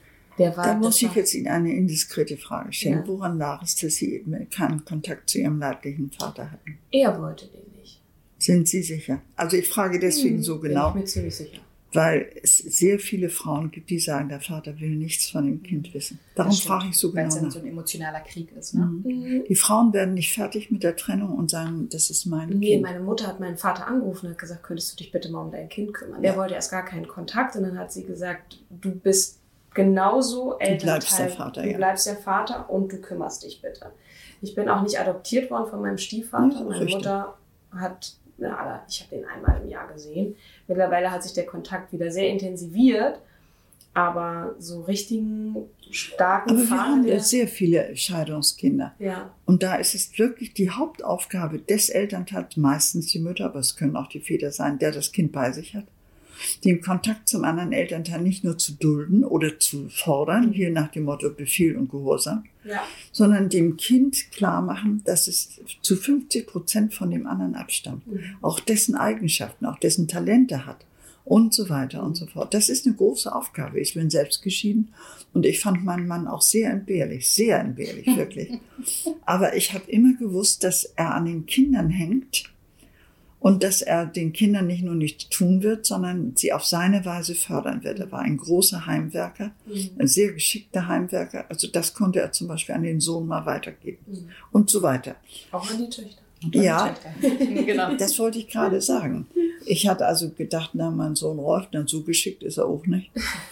da muss ich jetzt Ihnen eine indiskrete Frage stellen. Ja. Woran lag es, dass Sie eben keinen Kontakt zu Ihrem leiblichen Vater hatten? Er wollte den nicht. Sind Sie sicher? Also ich frage deswegen so genau. Bin ich mir ziemlich sicher. Weil es sehr viele Frauen gibt, die sagen, der Vater will nichts von dem Kind wissen. Darum frage ich so genau nach. Weil es dann so ein emotionaler Krieg ist. Ne? Die Frauen werden nicht fertig mit der Trennung und sagen, das ist mein Kind. Nee, meine Mutter hat meinen Vater angerufen und hat gesagt, könntest du dich bitte mal um dein Kind kümmern? Der wollte erst gar keinen Kontakt und dann hat sie gesagt, du bist genauso Elternteil. Du bleibst der Vater, Du bleibst der Vater und du kümmerst dich bitte. Ich bin auch nicht adoptiert worden von meinem Stiefvater. Ja, meine Mutter hat, ich habe den einmal im Jahr gesehen. Mittlerweile hat sich der Kontakt wieder sehr intensiviert, aber so richtigen starken Aber wir haben ja sehr viele Scheidungskinder. Ja. Und da ist es wirklich die Hauptaufgabe des Elternteils, meistens die Mütter, aber es können auch die Väter sein, der das Kind bei sich hat, den Kontakt zum anderen Elternteil nicht nur zu dulden oder zu fordern, hier nach dem Motto Befehl und Gehorsam, sondern dem Kind klar machen, dass es zu 50% von dem anderen abstammt. Auch dessen Eigenschaften, auch dessen Talente hat und so weiter und so fort. Das ist eine große Aufgabe. Ich bin selbst geschieden und ich fand meinen Mann auch sehr entbehrlich, wirklich. Aber ich habe immer gewusst, dass er an den Kindern hängt, und dass er den Kindern nicht nur nichts tun wird, sondern sie auf seine Weise fördern wird. Er war ein großer Heimwerker, ein sehr geschickter Heimwerker. Also das konnte er zum Beispiel an den Sohn mal weitergeben und so weiter. Auch an die Töchter. Ja, genau. Das wollte ich gerade sagen. Ich hatte also gedacht, mein Sohn Rolf, dann so geschickt ist er auch nicht.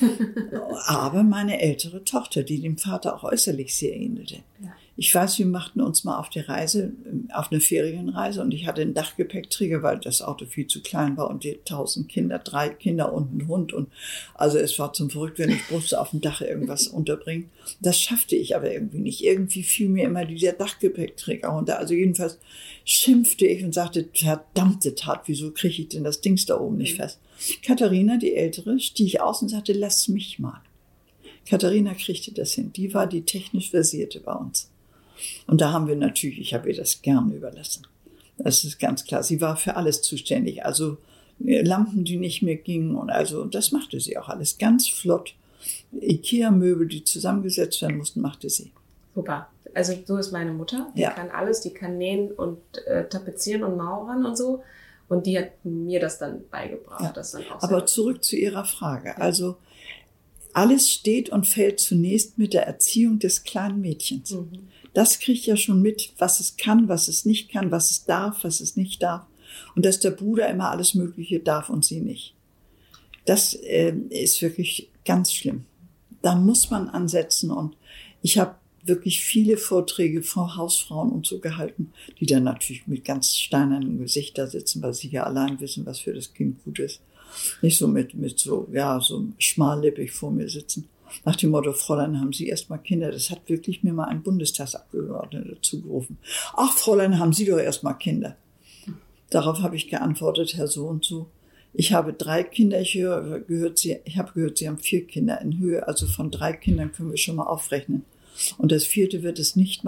Aber meine ältere Tochter, die dem Vater auch äußerlich sehr ähnelte. Ja. Ich weiß, wir machten uns mal auf der Reise, auf eine Ferienreise und ich hatte einen Dachgepäckträger, weil das Auto viel zu klein war und die 1000 Kinder, 3 Kinder und ein Hund und also es war zum Verrücktwerden, ich musste auf dem Dach irgendwas unterbringen. Das schaffte ich aber irgendwie nicht. Irgendwie fiel mir immer dieser Dachgepäckträger runter. Also jedenfalls schimpfte ich und sagte, verdammte Tat, wieso kriege ich denn das Dings da oben nicht fest? Katharina, die Ältere, stieg aus und sagte, lass mich mal. Katharina kriegte das hin. Die war die technisch Versierte bei uns. Und da haben wir natürlich, ich habe ihr das gern überlassen. Das ist ganz klar. Sie war für alles zuständig. Also Lampen, die nicht mehr gingen und also das machte sie auch alles ganz flott. Ikea-Möbel, die zusammengesetzt werden mussten, machte sie. Super. Also so ist meine Mutter. Die kann alles, die kann nähen und tapezieren und mauern und so. Und die hat mir das dann beigebracht. Ja. Das dann auch aber zurück zu Ihrer Frage. Also alles steht und fällt zunächst mit der Erziehung des kleinen Mädchens. Das kriegt ja schon mit, was es kann, was es nicht kann, was es darf, was es nicht darf. Und dass der Bruder immer alles Mögliche darf und sie nicht. Das ist wirklich ganz schlimm. Da muss man ansetzen. Und ich habe wirklich viele Vorträge vor Hausfrauen und so gehalten, die dann natürlich mit ganz steinernen Gesichtern sitzen, weil sie ja allein wissen, was für das Kind gut ist. Nicht so mit so schmallippig vor mir sitzen. Nach dem Motto, Fräulein, haben Sie erst mal Kinder? Das hat wirklich mir mal ein Bundestagsabgeordneter zugerufen. Ach, Fräulein, haben Sie doch erst mal Kinder. Darauf habe ich geantwortet, Herr so und so. Ich habe 3 Kinder, ich habe gehört, Sie haben 4 Kinder in Höhe. Also von 3 Kindern können wir schon mal aufrechnen. Und das 4. wird es nicht machen.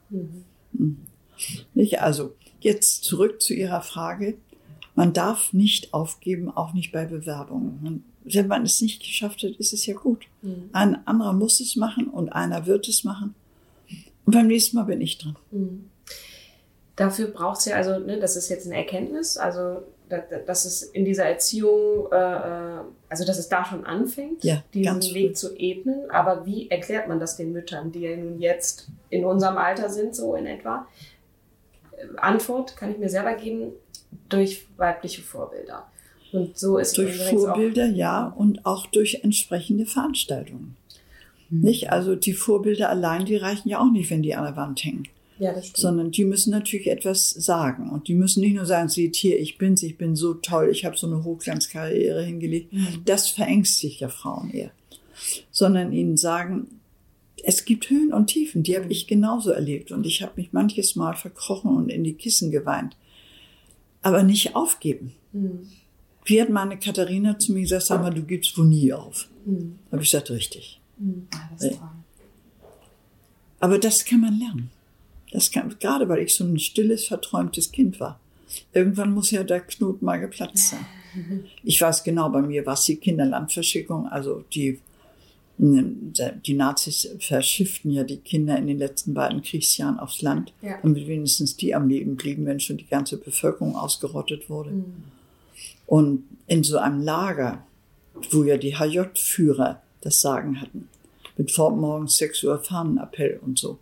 Nicht? Also jetzt zurück zu Ihrer Frage. Man darf nicht aufgeben, auch nicht bei Bewerbungen. Wenn man es nicht geschafft hat, ist es ja gut. Ein anderer muss es machen und einer wird es machen. Und beim nächsten Mal bin ich dran. Dafür braucht es ja, also das ist jetzt eine Erkenntnis, also dass es in dieser Erziehung, also dass es da schon anfängt, diesen Weg zu ebnen. Aber wie erklärt man das den Müttern, die ja nun jetzt in unserem Alter sind, so in etwa? Antwort kann ich mir selber geben, durch weibliche Vorbilder. Und so ist durch Vorbilder, ja, und auch durch entsprechende Veranstaltungen. Nicht? Also die Vorbilder allein, die reichen ja auch nicht, wenn die an der Wand hängen. Ja, das stimmt. Sondern die müssen natürlich etwas sagen. Und die müssen nicht nur sagen, seht hier, ich bin so toll, ich habe so eine Hochglanzkarriere hingelegt. Das verängstigt ja Frauen eher. Sondern ihnen sagen, es gibt Höhen und Tiefen, die habe ich genauso erlebt. Und ich habe mich manches Mal verkrochen und in die Kissen geweint. Aber nicht aufgeben. Wie hat meine Katharina zu mir gesagt, sag mal, du gibst wohl nie auf. Habe ich gesagt, richtig. Das ist toll. Aber das kann man lernen. Gerade weil ich so ein stilles, verträumtes Kind war. Irgendwann muss ja der Knoten mal geplatzt sein. Ich weiß genau, bei mir war es die Kinderlandverschickung. Also die Nazis verschifften ja die Kinder in den letzten beiden Kriegsjahren aufs Land, damit wenigstens die am Leben blieben, wenn schon die ganze Bevölkerung ausgerottet wurde. Und in so einem Lager, wo ja die HJ-Führer das Sagen hatten, mit morgens 6 Uhr Fahnenappell und so,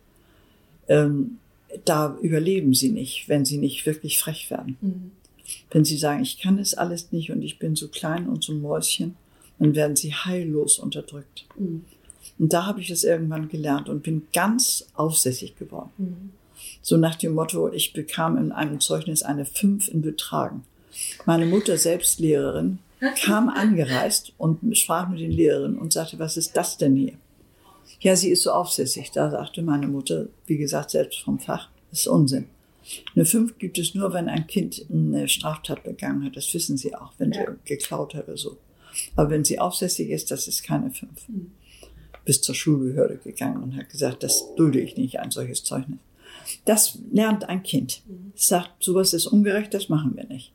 da überleben sie nicht, wenn sie nicht wirklich frech werden. Wenn sie sagen, ich kann es alles nicht und ich bin so klein und so ein Mäuschen, dann werden sie heillos unterdrückt. Und da habe ich das irgendwann gelernt und bin ganz aufsässig geworden. So nach dem Motto, ich bekam in einem Zeugnis eine 5 in Betragen. Meine Mutter, selbst Lehrerin, kam angereist und sprach mit den Lehrerinnen und sagte, was ist das denn hier? Ja, sie ist so aufsässig. Da sagte meine Mutter, wie gesagt, selbst vom Fach, das ist Unsinn. Eine 5 gibt es nur, wenn ein Kind eine Straftat begangen hat. Das wissen sie auch, wenn sie geklaut hat oder so. Aber wenn sie aufsässig ist, das ist keine 5. Bis zur Schulbehörde gegangen und hat gesagt, das dulde ich nicht, ein solches Zeugnis. Das lernt ein Kind. Sagt, sowas ist ungerecht, das machen wir nicht.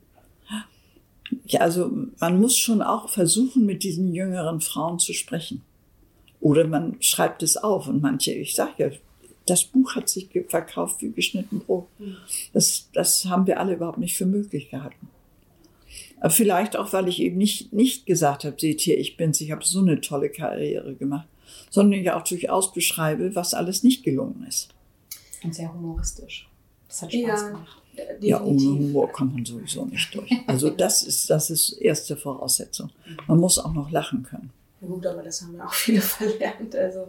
Ja, also man muss schon auch versuchen, mit diesen jüngeren Frauen zu sprechen. Oder man schreibt es auf und manche, ich sage ja, das Buch hat sich verkauft wie geschnitten Brot. Das haben wir alle überhaupt nicht für möglich gehalten. Aber vielleicht auch, weil ich eben nicht gesagt habe, seht hier, ich habe so eine tolle Karriere gemacht, sondern ja auch durchaus beschreibe, was alles nicht gelungen ist. Und sehr humoristisch. Das hat Spaß gemacht. Definitiv. Ja, ohne Humor kommt man sowieso nicht durch. Also das ist erste Voraussetzung. Man muss auch noch lachen können. Ja gut, aber das haben ja auch viele verlernt. Also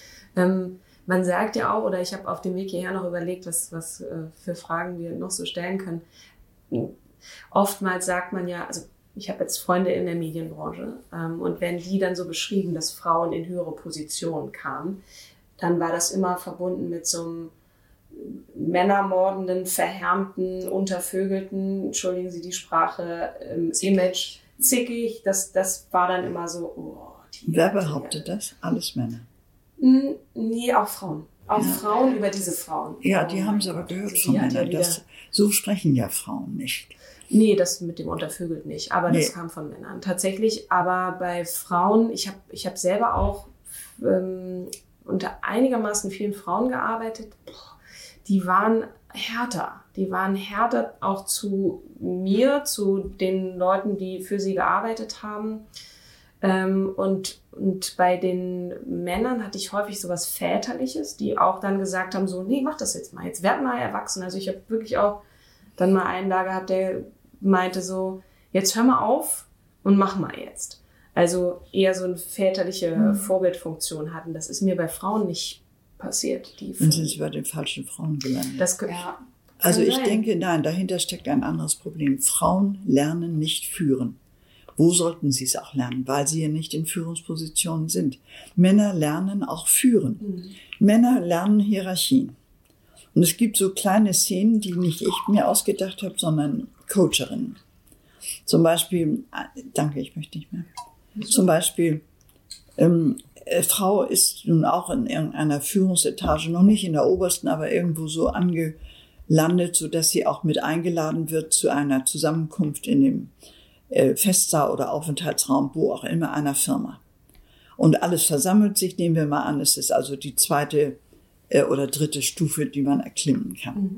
man sagt ja auch, oder ich habe auf dem Weg hierher noch überlegt, was für Fragen wir noch so stellen können. Oftmals sagt man ja, also ich habe jetzt Freunde in der Medienbranche und wenn die dann so beschrieben, dass Frauen in höhere Positionen kamen, dann war das immer verbunden mit so einem männermordenden, verhärmten, untervögelten, entschuldigen Sie die Sprache, Image, zickig. Das war dann immer so, oh. Wer behauptet das? Alles Männer? Nee, auch Frauen. Auch Frauen über diese Frauen. Ja, die haben es aber gehört von Männern. So sprechen ja Frauen nicht. Nee, das mit dem untervögelt nicht. Aber das kam von Männern. Tatsächlich, aber bei Frauen, ich hab selber auch unter einigermaßen vielen Frauen gearbeitet. Die waren härter. Die waren härter auch zu mir, zu den Leuten, die für sie gearbeitet haben. Und bei den Männern hatte ich häufig sowas Väterliches, die auch dann gesagt haben, so, nee, mach das jetzt mal, jetzt werd mal erwachsen. Also ich habe wirklich auch dann mal einen da gehabt, der meinte so, jetzt hör mal auf und mach mal jetzt. Also eher so eine väterliche Vorbildfunktion hatten. Das ist mir bei Frauen nicht passiert. Dann sind sie bei den falschen Frauen gelandet. Also ich denke, nein, dahinter steckt ein anderes Problem. Frauen lernen nicht führen. Wo sollten sie es auch lernen? Weil sie ja nicht in Führungspositionen sind. Männer lernen auch führen. Männer lernen Hierarchien. Und es gibt so kleine Szenen, die nicht ich mir ausgedacht habe, sondern Coacherinnen. Zum Beispiel, danke, ich möchte nicht mehr. Zum Beispiel, Frau ist nun auch in irgendeiner Führungsetage, noch nicht in der obersten, aber irgendwo so angelandet, sodass sie auch mit eingeladen wird zu einer Zusammenkunft in dem Festsaal oder Aufenthaltsraum, wo auch immer, einer Firma. Und alles versammelt sich, nehmen wir mal an, es ist also die 2. oder 3. Stufe, die man erklimmen kann. Mhm.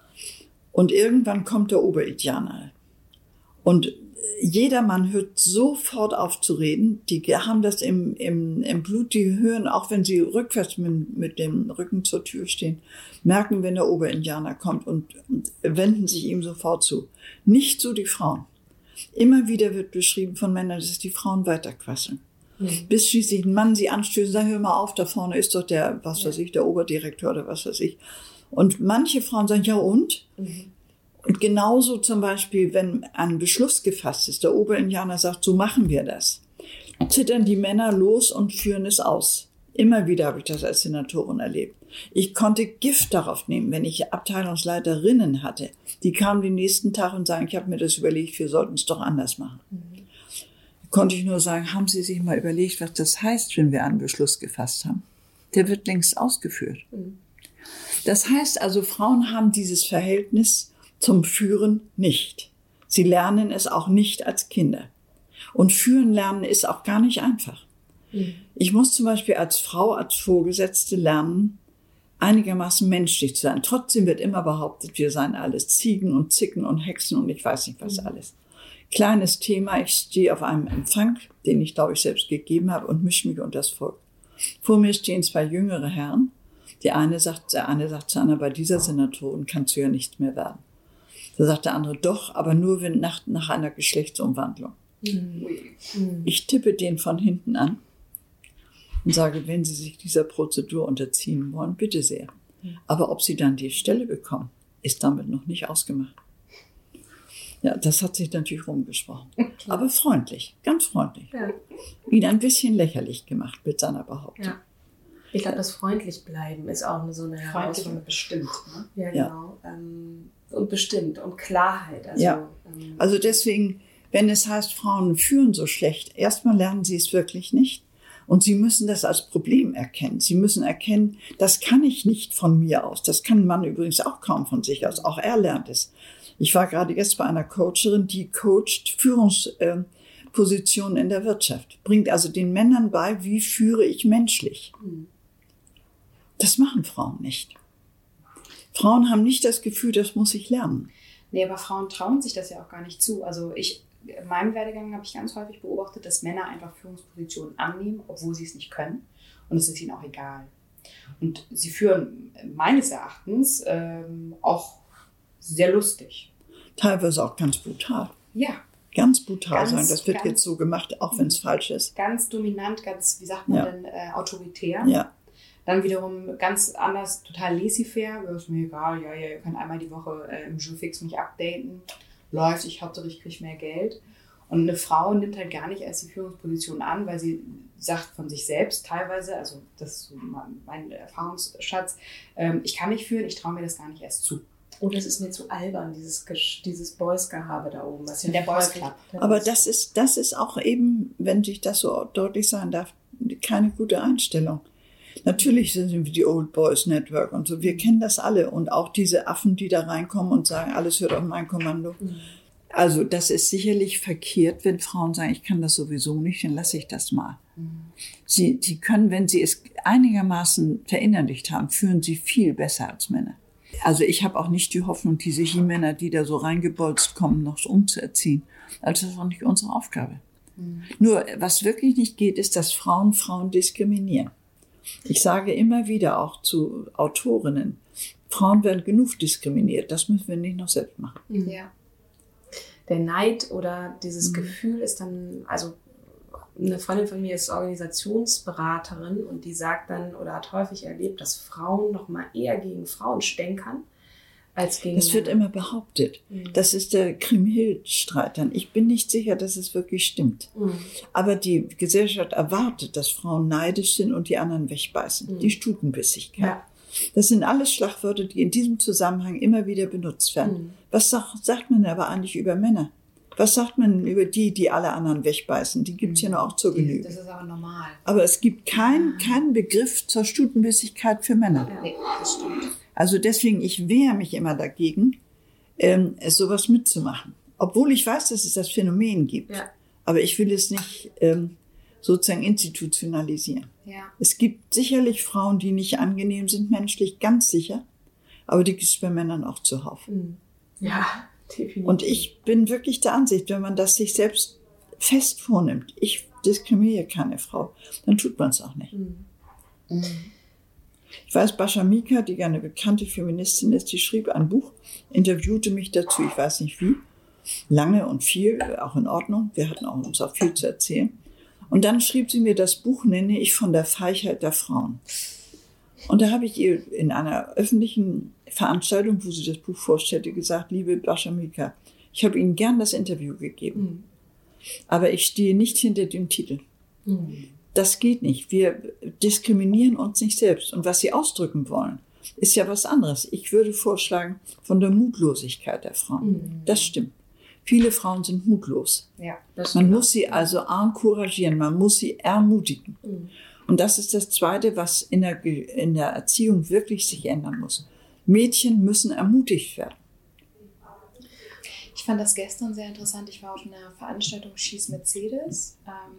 Und irgendwann kommt der Oberideaner. Und jeder Mann hört sofort auf zu reden. Die haben das im Blut, die hören, auch wenn sie rückwärts mit dem Rücken zur Tür stehen, merken, wenn der Oberindianer kommt und wenden sich ihm sofort zu. Nicht so die Frauen. Immer wieder wird beschrieben von Männern, dass die Frauen weiterquasseln. Mhm. Bis schließlich ein Mann sie anstößt und sagt, hör mal auf, da vorne ist doch der, was weiß ich, der Oberdirektor oder was weiß ich. Und manche Frauen sagen, ja und? Mhm. Und genauso zum Beispiel, wenn ein Beschluss gefasst ist, der Oberindianer sagt, so machen wir das, zittern die Männer los und führen es aus. Immer wieder habe ich das als Senatorin erlebt. Ich konnte Gift darauf nehmen, wenn ich Abteilungsleiterinnen hatte. Die kamen den nächsten Tag und sagen, ich habe mir das überlegt, wir sollten es doch anders machen. Mhm. Konnte ich nur sagen, haben Sie sich mal überlegt, was das heißt, wenn wir einen Beschluss gefasst haben? Der wird längst ausgeführt. Mhm. Das heißt also, Frauen haben dieses Verhältnis zum Führen nicht. Sie lernen es auch nicht als Kinder. Und Führen lernen ist auch gar nicht einfach. Mhm. Ich muss zum Beispiel als Frau, als Vorgesetzte lernen, einigermaßen menschlich zu sein. Trotzdem wird immer behauptet, wir seien alles Ziegen und Zicken und Hexen und ich weiß nicht was alles. Kleines Thema, ich stehe auf einem Empfang, den ich, glaube ich, selbst gegeben habe und mische mich unter das Volk. Vor mir stehen 2 jüngere Herren. Der eine sagt zu einer, bei dieser Senatorin kannst du ja nicht mehr werden. Da sagt der andere, doch, aber nur wenn nach einer Geschlechtsumwandlung. Mhm. Ich tippe den von hinten an und sage, wenn Sie sich dieser Prozedur unterziehen wollen, bitte sehr. Aber ob Sie dann die Stelle bekommen, ist damit noch nicht ausgemacht. Ja, das hat sich natürlich rumgesprochen. Okay. Aber freundlich, ganz freundlich. Ja. Ihn ein bisschen lächerlich gemacht mit seiner Behauptung. Ja. Ich glaube, das freundlich bleiben ist auch so eine Herausforderung. Bestimmt. Ne? Ja, genau. Ja. Und bestimmt und Klarheit. Also, ja. Also deswegen, wenn es heißt, Frauen führen so schlecht, erstmal lernen sie es wirklich nicht. Und sie müssen das als Problem erkennen. Sie müssen erkennen, das kann ich nicht von mir aus. Das kann ein Mann übrigens auch kaum von sich aus. Auch er lernt es. Ich war gerade jetzt bei einer Coacherin, die coacht Führungspositionen in der Wirtschaft. Bringt also den Männern bei, wie führe ich menschlich. Das machen Frauen nicht. Frauen haben nicht das Gefühl, das muss ich lernen. Nee, aber Frauen trauen sich das ja auch gar nicht zu. Also in meinem Werdegang habe ich ganz häufig beobachtet, dass Männer einfach Führungspositionen annehmen, obwohl sie es nicht können. Und es ist ihnen auch egal. Und sie führen meines Erachtens auch sehr lustig. Teilweise auch ganz brutal. Ja. Ganz brutal sein. Das wird jetzt so gemacht, auch wenn es falsch ist. Ganz dominant, ganz, wie sagt man denn, autoritär. Ja. Dann wiederum ganz anders, total laissez-faire. Das ist mir egal, ja, ihr könnt einmal die Woche im Jourfix mich updaten. Läuft, Hauptsache ich kriege mehr Geld. Und eine Frau nimmt halt gar nicht erst die Führungsposition an, weil sie sagt von sich selbst teilweise, also das ist so mein Erfahrungsschatz, ich kann nicht führen, ich traue mir das gar nicht erst zu. Und es ist mir zu albern, dieses Boys-Gehabe da oben. Was der Boys Club. Aber das ist auch eben, wenn ich das so deutlich sagen darf, keine gute Einstellung. Natürlich sind wir die Old Boys Network und so. Wir kennen das alle. Und auch diese Affen, die da reinkommen und sagen, alles hört auf mein Kommando. Mhm. Also das ist sicherlich verkehrt, wenn Frauen sagen, ich kann das sowieso nicht, dann lasse ich das mal. Mhm. Sie können, wenn sie es einigermaßen verinnerlicht haben, führen sie viel besser als Männer. Also ich habe auch nicht die Hoffnung, diese He-Männer, die da so reingebolzt kommen, noch so umzuerziehen. Also das ist auch nicht unsere Aufgabe. Mhm. Nur, was wirklich nicht geht, ist, dass Frauen diskriminieren. Ich sage immer wieder auch zu Autorinnen, Frauen werden genug diskriminiert, das müssen wir nicht noch selbst machen. Ja. Der Neid oder dieses Gefühl ist dann, also eine Freundin von mir ist Organisationsberaterin und die sagt dann oder hat häufig erlebt, dass Frauen noch mal eher gegen Frauen stänkern als gegen Männer. Das wird immer behauptet. Mhm. Das ist der Kriemhild-Streit dann. Ich bin nicht sicher, dass es wirklich stimmt. Mhm. Aber die Gesellschaft erwartet, dass Frauen neidisch sind und die anderen wegbeißen. Die Stutenbissigkeit. Ja. Das sind alles Schlagwörter, die in diesem Zusammenhang immer wieder benutzt werden. Was sagt man aber eigentlich über Männer? Was sagt man über die alle anderen wegbeißen? Die gibt es ja noch auch zur Genüge. Das ist aber normal. Aber es gibt keinen Begriff zur Stutenbissigkeit für Männer. Ja, nee, das stimmt. Also deswegen, ich wehre mich immer dagegen, sowas mitzumachen. Obwohl ich weiß, dass es das Phänomen gibt. Ja. Aber ich will es nicht sozusagen institutionalisieren. Ja. Es gibt sicherlich Frauen, die nicht angenehm sind menschlich, ganz sicher. Aber die gibt es bei Männern auch zuhauf. Ja, definitiv. Und ich bin wirklich der Ansicht, wenn man das sich selbst fest vornimmt, ich diskriminiere keine Frau, dann tut man es auch nicht. Ich weiß, Bascha Mika, die eine bekannte Feministin ist, die schrieb ein Buch, interviewte mich dazu, ich weiß nicht wie, lange und viel, auch in Ordnung. Wir hatten uns auch viel zu erzählen. Und dann schrieb sie mir, das Buch nenne ich von der Feigheit der Frauen. Und da habe ich ihr in einer öffentlichen Veranstaltung, wo sie das Buch vorstellte, gesagt, liebe Bascha Mika, ich habe Ihnen gern das Interview gegeben, aber ich stehe nicht hinter dem Titel. Das geht nicht. Wir diskriminieren uns nicht selbst. Und was Sie ausdrücken wollen, ist ja was anderes. Ich würde vorschlagen, von der Mutlosigkeit der Frauen. Das stimmt. Viele Frauen sind mutlos. Ja, man muss sie also encouragieren, man muss sie ermutigen. Und das ist das Zweite, was in der Erziehung wirklich sich ändern muss. Mädchen müssen ermutigt werden. Ich fand das gestern sehr interessant. Ich war auf einer Veranstaltung Schieß Mercedes.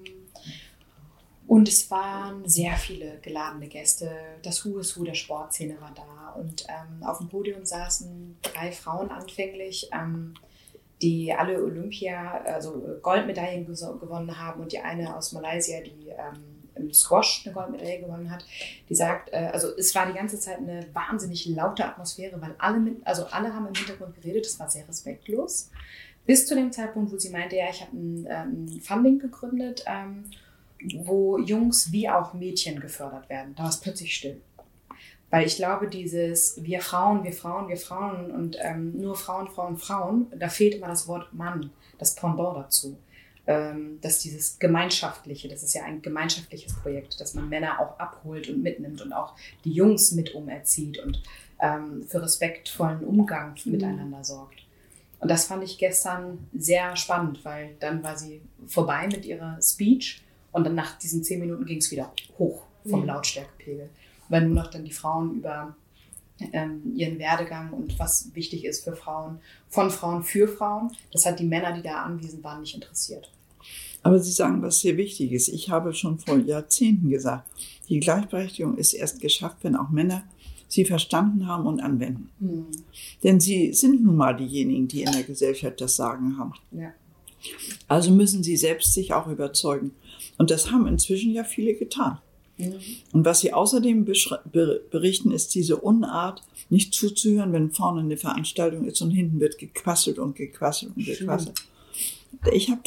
Und es waren sehr viele geladene Gäste. Das Who is Who der Sportszene war da. Und auf dem Podium saßen 3 Frauen anfänglich, die alle also Goldmedaillen gewonnen haben. Und die eine aus Malaysia, die im Squash eine Goldmedaille gewonnen hat, die sagt, also es war die ganze Zeit eine wahnsinnig laute Atmosphäre, weil alle haben im Hintergrund geredet, es war sehr respektlos. Bis zu dem Zeitpunkt, wo sie meinte, ja, ich habe ein Funding gegründet, wo Jungs wie auch Mädchen gefördert werden. Da war es plötzlich still. Weil ich glaube, dieses wir Frauen und nur Frauen, da fehlt immer das Wort Mann, das Pendant dazu. Dass dieses Gemeinschaftliche, das ist ja ein gemeinschaftliches Projekt, dass man Männer auch abholt und mitnimmt und auch die Jungs mit umerzieht und für respektvollen Umgang miteinander sorgt. Und das fand ich gestern sehr spannend, weil dann war sie vorbei mit ihrer Speech und dann nach diesen 10 Minuten ging es wieder hoch vom Lautstärkepegel. Weil nur noch dann die Frauen über ihren Werdegang und was wichtig ist für Frauen, von Frauen für Frauen, das hat die Männer, die da anwesend waren, nicht interessiert. Aber Sie sagen, was sehr wichtig ist. Ich habe schon vor Jahrzehnten gesagt, die Gleichberechtigung ist erst geschafft, wenn auch Männer sie verstanden haben und anwenden. Denn sie sind nun mal diejenigen, die in der Gesellschaft das Sagen haben. Ja. Also müssen sie selbst sich auch überzeugen. Und das haben inzwischen ja viele getan. Und was sie außerdem berichten, ist diese Unart, nicht zuzuhören, wenn vorne eine Veranstaltung ist und hinten wird gequasselt und gequasselt und gequasselt. Ich habe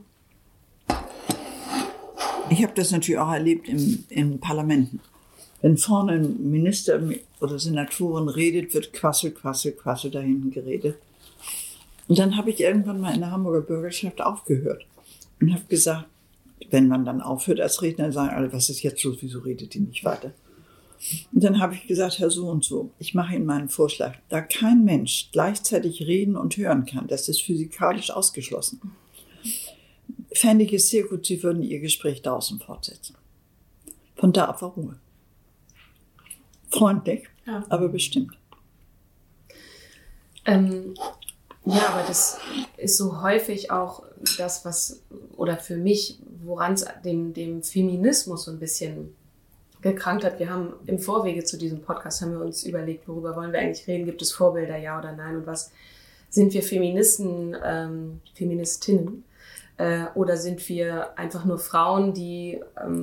das natürlich auch erlebt in Parlamenten. Wenn vorne ein Minister oder Senatorin redet, wird Quassel da hinten geredet. Und dann habe ich irgendwann mal in der Hamburger Bürgerschaft aufgehört und habe gesagt, wenn man dann aufhört als Redner, sagen alle, was ist jetzt los, wieso redet die nicht weiter? Und dann habe ich gesagt, Herr so und so, ich mache Ihnen meinen Vorschlag. Da kein Mensch gleichzeitig reden und hören kann, das ist physikalisch ausgeschlossen, fände ich es sehr gut, Sie würden Ihr Gespräch draußen fortsetzen. Von da ab war Ruhe. Freundlich, ja, aber bestimmt. Ja, aber das ist so häufig auch das, was, oder für mich, woran es dem Feminismus so ein bisschen gekrankt hat. Wir haben im Vorwege zu diesem Podcast haben wir uns überlegt, worüber wollen wir eigentlich reden? Gibt es Vorbilder, ja oder nein? Und was sind wir Feministen, Feministinnen? Oder sind wir einfach nur Frauen, die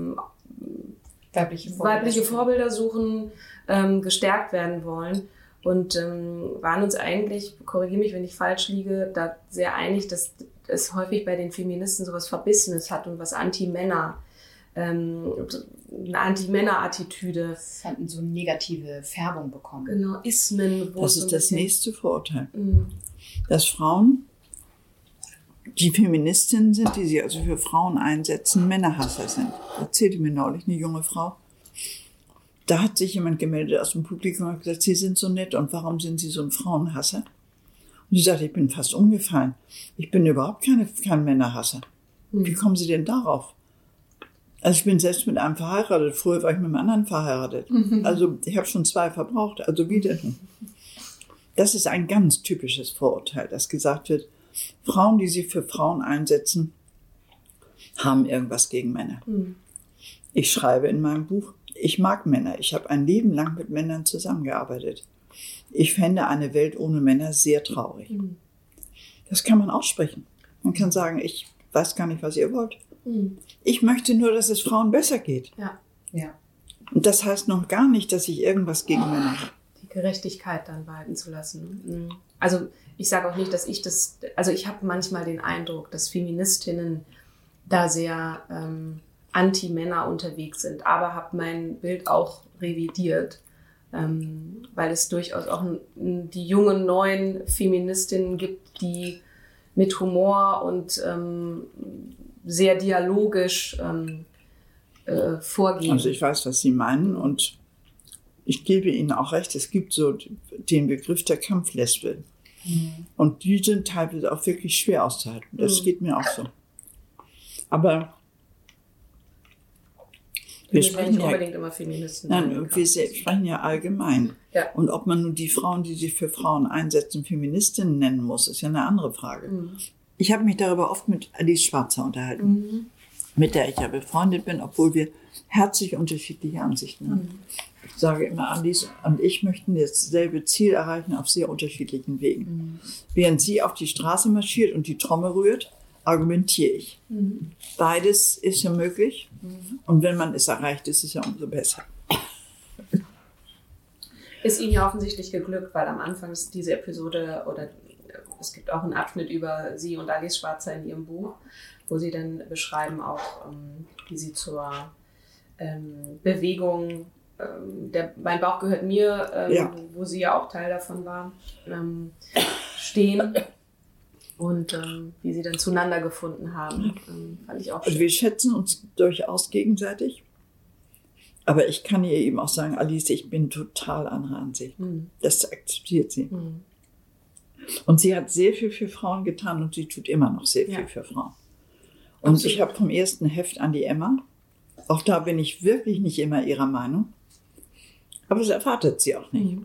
weibliche Vorbilder suchen, gestärkt werden wollen? Und waren uns eigentlich, korrigiere mich, wenn ich falsch liege, da sehr einig, dass es häufig bei den Feministen sowas Verbissenes hat und was Anti-Männer, eine Anti-Männer-Attitüde. Es hat so eine negative Färbung bekommen. Genau, Ismen. Das ist das nächste Vorurteil. Dass Frauen, die Feministinnen sind, die sich also für Frauen einsetzen, Männerhasser sind. Erzählte mir neulich eine junge Frau. Da hat sich jemand gemeldet aus dem Publikum und gesagt, Sie sind so nett und warum sind Sie so ein Frauenhasser? Und die sagte, ich bin fast umgefallen. Ich bin überhaupt kein Männerhasser. Wie kommen Sie denn darauf? Also ich bin selbst mit einem verheiratet. Früher war ich mit einem anderen verheiratet. Also ich habe schon 2 verbraucht. Also wie denn? Das ist ein ganz typisches Vorurteil, dass gesagt wird, Frauen, die sich für Frauen einsetzen, haben irgendwas gegen Männer. Ich schreibe in meinem Buch, ich mag Männer. Ich habe ein Leben lang mit Männern zusammengearbeitet. Ich fände eine Welt ohne Männer sehr traurig. Das kann man aussprechen. Man kann sagen, ich weiß gar nicht, was ihr wollt. Ich möchte nur, dass es Frauen besser geht. Ja. Und das heißt noch gar nicht, dass ich irgendwas gegen Männer habe. Die Gerechtigkeit dann walten zu lassen. Also ich sage auch nicht, dass ich das, also ich habe manchmal den Eindruck, dass Feministinnen da sehr anti-Männer unterwegs sind, aber habe mein Bild auch revidiert, weil es durchaus auch die jungen, neuen Feministinnen gibt, die mit Humor und sehr dialogisch vorgehen. Also ich weiß, was Sie meinen und ich gebe Ihnen auch recht, es gibt so den Begriff der Kampflesbe. Und die sind teilweise auch wirklich schwer auszuhalten. Das geht mir auch so. Aber wir sprechen nicht unbedingt immer Feministen. Nein, wir sprechen ja allgemein. Ja. Und ob man nun die Frauen, die sich für Frauen einsetzen, Feministinnen nennen muss, ist ja eine andere Frage. Ich habe mich darüber oft mit Alice Schwarzer unterhalten, mit der ich ja befreundet bin, obwohl wir herzlich unterschiedliche Ansichten haben. Ich sage immer, Alice und ich möchten dasselbe Ziel erreichen auf sehr unterschiedlichen Wegen. Während sie auf die Straße marschiert und die Trommel rührt, argumentiere ich. Beides ist ja möglich. Und wenn man es erreicht, ist es ja umso besser. Ist Ihnen ja offensichtlich geglückt, weil am Anfang ist diese Episode, oder es gibt auch einen Abschnitt über Sie und Alice Schwarzer in Ihrem Buch, wo Sie dann beschreiben auch, wie Sie zur Bewegung Mein Bauch gehört mir, wo Sie ja auch Teil davon waren, stehen. Und wie sie dann zueinander gefunden haben, fand ich auch schön. Also wir schätzen uns durchaus gegenseitig. Aber ich kann ihr eben auch sagen, Alice, ich bin total anderer Ansicht. Das akzeptiert sie. Und sie hat sehr viel für Frauen getan und sie tut immer noch sehr viel für Frauen. Und absolut. Ich habe vom ersten Heft an die Emma, auch da bin ich wirklich nicht immer ihrer Meinung. Aber das erwartet sie auch nicht.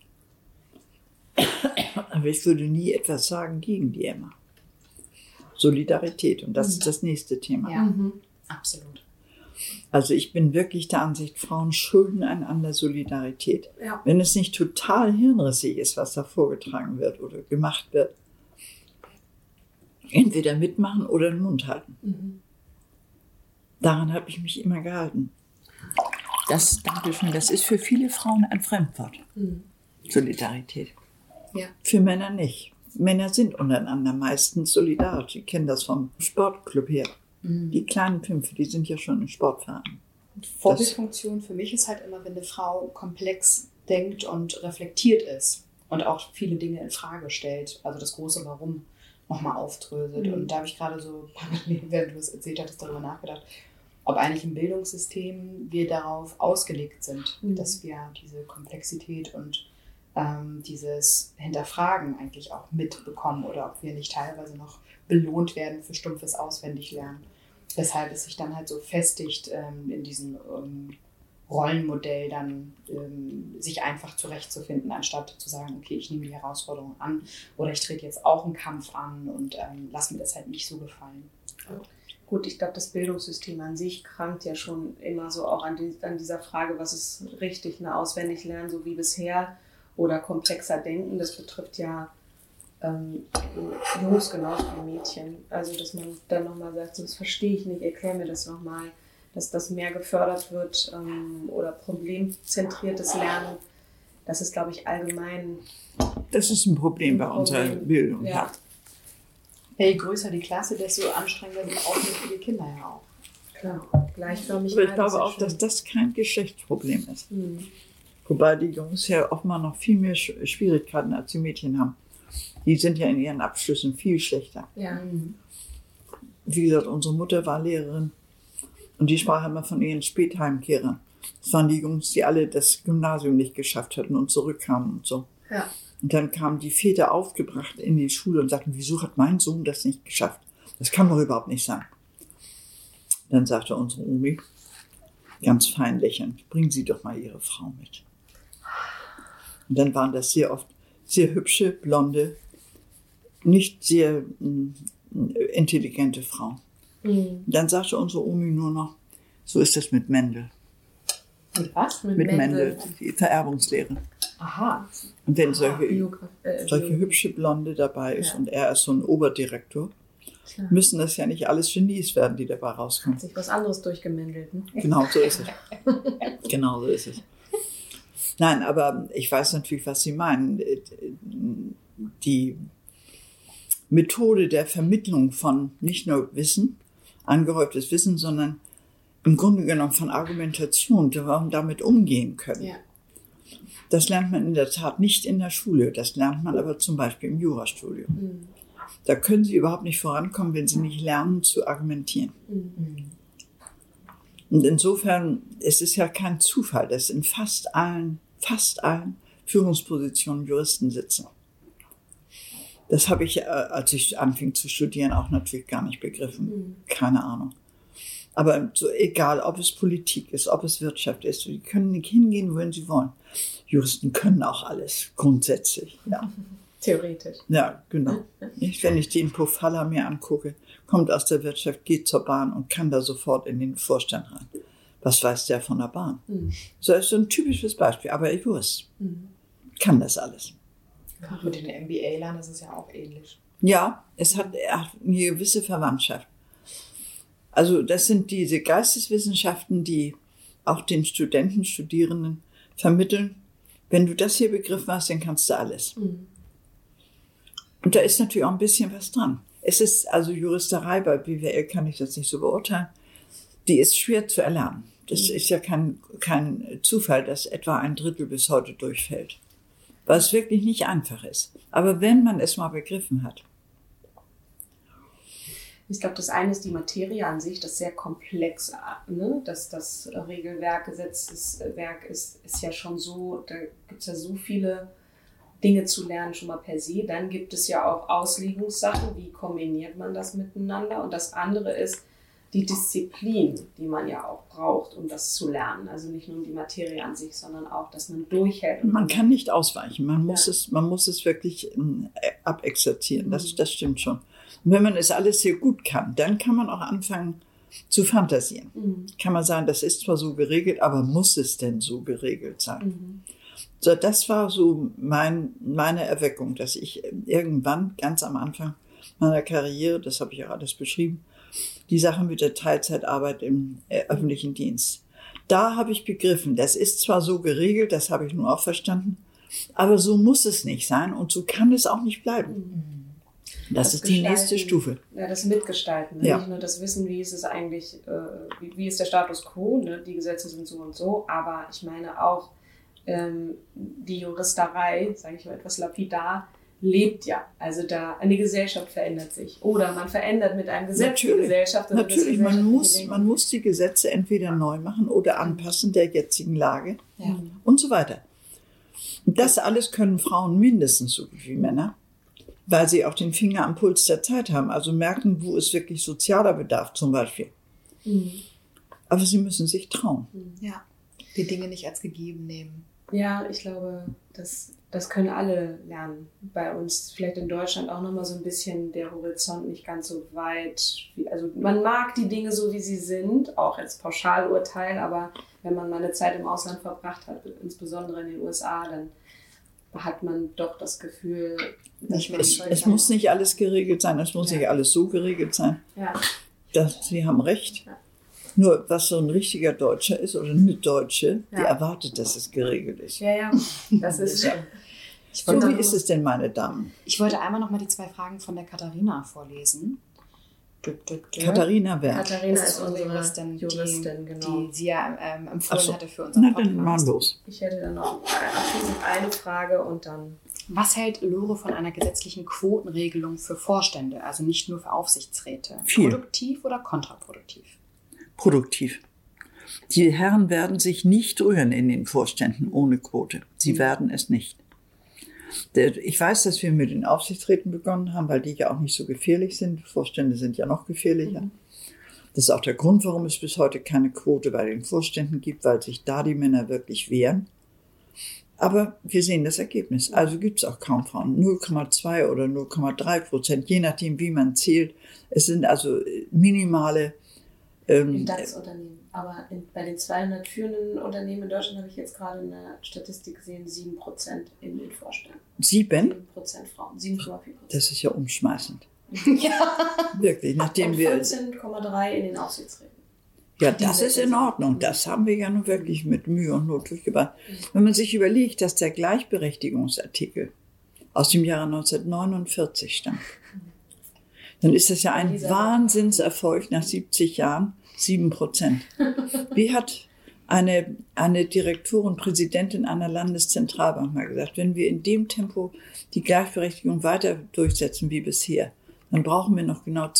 Aber ich würde nie etwas sagen gegen die Emma. Solidarität, und das ist das nächste Thema. Ja, absolut. Also ich bin wirklich der Ansicht, Frauen schulden einander Solidarität. Ja. Wenn es nicht total hirnrissig ist, was da vorgetragen wird oder gemacht wird, entweder mitmachen oder den Mund halten. Daran habe ich mich immer gehalten. Das ist für viele Frauen ein Fremdwort. Solidarität. Ja. Für Männer nicht. Männer sind untereinander meistens solidarisch. Ich kenne das vom Sportclub her. Die kleinen Fünfe, die sind ja schon im Sportverein. Vorbildfunktion für mich ist halt immer, wenn eine Frau komplex denkt und reflektiert ist und auch viele Dinge in Frage stellt, also das große Warum nochmal aufdröselt. Und da habe ich gerade so, während du es erzählt hattest, darüber nachgedacht, ob eigentlich im Bildungssystem wir darauf ausgelegt sind, dass wir diese Komplexität und dieses Hinterfragen eigentlich auch mitbekommen oder ob wir nicht teilweise noch belohnt werden für stumpfes Auswendiglernen. Weshalb es sich dann halt so festigt in diesem Rollenmodell dann sich einfach zurechtzufinden, anstatt zu sagen, okay, ich nehme die Herausforderung an oder ich trete jetzt auch einen Kampf an und lass mir das halt nicht so gefallen. Gut, ich glaube, das Bildungssystem an sich krankt ja schon immer so auch an dieser Frage, was ist richtig, ne, auswendig lernen, so wie bisher, oder komplexer denken. Das betrifft ja Jungs genauso wie Mädchen. Also, dass man dann nochmal sagt, so, das verstehe ich nicht, erklär mir das nochmal, dass das mehr gefördert wird oder problemzentriertes Lernen. Das ist, glaube ich, allgemein. Das ist ein Problem bei unserer Bildung. Ja. Je größer die Klasse, desto anstrengender sind auswendige Kinder ja auch. Klar, gleichförmig. Aber ich glaube auch, dass das kein Geschlechtsproblem ist. Wobei die Jungs ja offenbar noch viel mehr Schwierigkeiten als die Mädchen haben. Die sind ja in ihren Abschlüssen viel schlechter. Ja. Wie gesagt, unsere Mutter war Lehrerin und die sprach immer von ihren Spätheimkehrern. Das waren die Jungs, die alle das Gymnasium nicht geschafft hatten und zurückkamen und so. Ja. Und dann kamen die Väter aufgebracht in die Schule und sagten, wieso hat mein Sohn das nicht geschafft? Das kann doch überhaupt nicht sein. Dann sagte unsere Omi, ganz fein lächelnd, bringen Sie doch mal Ihre Frau mit. Und dann waren das sehr oft sehr hübsche, blonde, nicht sehr intelligente Frauen. Dann sagte unsere Omi nur noch, so ist es mit Mendel. Mit was? Mit Mendel, die Vererbungslehre. Aha. Und wenn solche hübsche Blonde dabei ist und er ist so ein Oberdirektor, müssen das ja nicht alles Genies werden, die dabei rauskommen. Hat sich was anderes durchgemendelt. Ne? Genau so ist es. Genau so ist es. Nein, aber ich weiß natürlich, was Sie meinen. Die Methode der Vermittlung von nicht nur Wissen, angehäuftes Wissen, sondern im Grunde genommen von Argumentation, damit umgehen können. Ja. Das lernt man in der Tat nicht in der Schule, das lernt man aber zum Beispiel im Jurastudium. Mhm. Da können Sie überhaupt nicht vorankommen, wenn Sie nicht lernen zu argumentieren. Mhm. Und insofern ist es ja kein Zufall, dass in fast allen Führungspositionen Juristen sitzen. Das habe ich, als ich anfing zu studieren, auch natürlich gar nicht begriffen. Mhm. Keine Ahnung. Aber so egal, ob es Politik ist, ob es Wirtschaft ist, die können nicht hingehen, wohin sie wollen. Juristen können auch alles, grundsätzlich. Ja. Theoretisch. Ja, genau. Wenn ich den Pofalla mir angucke, kommt aus der Wirtschaft, geht zur Bahn und kann da sofort in den Vorstand rein. Was weiß der von der Bahn? Mhm. So ist so ein typisches Beispiel. Aber Jurist kann das alles. Auch mit den MBA-Lern ist es ja auch ähnlich. Ja, er hat eine gewisse Verwandtschaft. Also das sind diese Geisteswissenschaften, die auch den Studierenden vermitteln. Wenn du das hier begriffen hast, dann kannst du alles. Mhm. Und da ist natürlich auch ein bisschen was dran. Es ist also Juristerei, bei BWL kann ich das nicht so beurteilen, die ist schwer zu erlernen. Das ist ja kein Zufall, dass etwa 1/3 bis heute durchfällt. Weil es wirklich nicht einfach ist. Aber wenn man es mal begriffen hat. Ich glaube, das eine ist die Materie an sich, das sehr komplex, ne? Das Regelwerk, Gesetzeswerk ist ja schon so, da gibt es ja so viele Dinge zu lernen schon mal per se. Dann gibt es ja auch Auslegungssachen, wie kombiniert man das miteinander? Und das andere ist die Disziplin, die man ja auch braucht, um das zu lernen. Also nicht nur die Materie an sich, sondern auch, dass man durchhält. Man kann nicht ausweichen, man muss es wirklich abexerzieren, das stimmt schon. Und wenn man es alles sehr gut kann, dann kann man auch anfangen zu fantasieren. Mhm. Kann man sagen, das ist zwar so geregelt, aber muss es denn so geregelt sein? Mhm. So, das war so meine Erweckung, dass ich irgendwann, ganz am Anfang meiner Karriere, das habe ich auch alles beschrieben, die Sache mit der Teilzeitarbeit im öffentlichen Dienst. Da habe ich begriffen, das ist zwar so geregelt, das habe ich nun auch verstanden, aber so muss es nicht sein und so kann es auch nicht bleiben. Mhm. Das ist die nächste Stufe. Ja, das Mitgestalten. Ne? Ja. Nicht nur das Wissen, wie ist es eigentlich, wie ist der Status quo, ne? Die Gesetze sind so und so, aber ich meine auch, die Juristerei, sage ich mal etwas lapidar, lebt ja. Also da eine Gesellschaft verändert sich. Oder man verändert mit einem Gesetz die Gesellschaft. Natürlich, man muss die Gesetze entweder neu machen oder anpassen der jetzigen Lage und so weiter. Und das alles können Frauen mindestens so gut wie Männer, weil sie auch den Finger am Puls der Zeit haben, also merken, wo ist wirklich sozialer Bedarf zum Beispiel. Mhm. Aber sie müssen sich trauen. Ja, die Dinge nicht als gegeben nehmen. Ja, ich glaube, das können alle lernen. Bei uns vielleicht in Deutschland auch nochmal so ein bisschen der Horizont nicht ganz so weit. Also man mag die Dinge so, wie sie sind, auch als Pauschalurteil, aber wenn man mal eine Zeit im Ausland verbracht hat, insbesondere in den USA, dann hat man doch das Gefühl, es muss nicht alles geregelt sein, es muss nicht alles so geregelt sein. Ja. Sie haben recht. Ja. Nur, was so ein richtiger Deutscher ist oder eine Deutsche, die erwartet, dass es geregelt ist. Ja, das ist so. Wie ist es denn, meine Damen? Ich wollte einmal noch mal die 2 Fragen von der Katharina vorlesen. Katharina wer? Katharina ist unsere Juristin, genau. Die sie ja empfohlen hatte für unseren Podcast. Na, dann mal los. Ich hätte dann noch eine Frage und dann... Was hält Lore von einer gesetzlichen Quotenregelung für Vorstände, also nicht nur für Aufsichtsräte? Viel. Produktiv oder kontraproduktiv? Produktiv. Die Herren werden sich nicht rühren in den Vorständen ohne Quote. Sie werden es nicht. Ich weiß, dass wir mit den Aufsichtsräten begonnen haben, weil die ja auch nicht so gefährlich sind. Vorstände sind ja noch gefährlicher. Das ist auch der Grund, warum es bis heute keine Quote bei den Vorständen gibt, weil sich da die Männer wirklich wehren. Aber wir sehen das Ergebnis. Also gibt es auch kaum Frauen. 0,2 oder 0,3%, je nachdem, wie man zählt. Es sind also minimale... in DAX-Unternehmen. Aber bei den 200 führenden Unternehmen in Deutschland habe ich jetzt gerade eine Statistik gesehen, 7% in den Vorständen. 7%? 7% Frauen, 7,4%. Das ist ja umschmeißend. Ja. Wirklich, nachdem und 14,3 in den Aufsichtsräten. Ja, das ist in Ordnung. Das haben wir ja nun wirklich mit Mühe und Not durchgebracht. Wenn man sich überlegt, dass der Gleichberechtigungsartikel aus dem Jahre 1949 stammt, dann ist das ja ein Wahnsinnserfolg nach 70 Jahren, 7%. Wie hat eine Direktorin, Präsidentin einer Landeszentralbank mal gesagt, wenn wir in dem Tempo die Gleichberechtigung weiter durchsetzen wie bisher, dann brauchen wir noch genau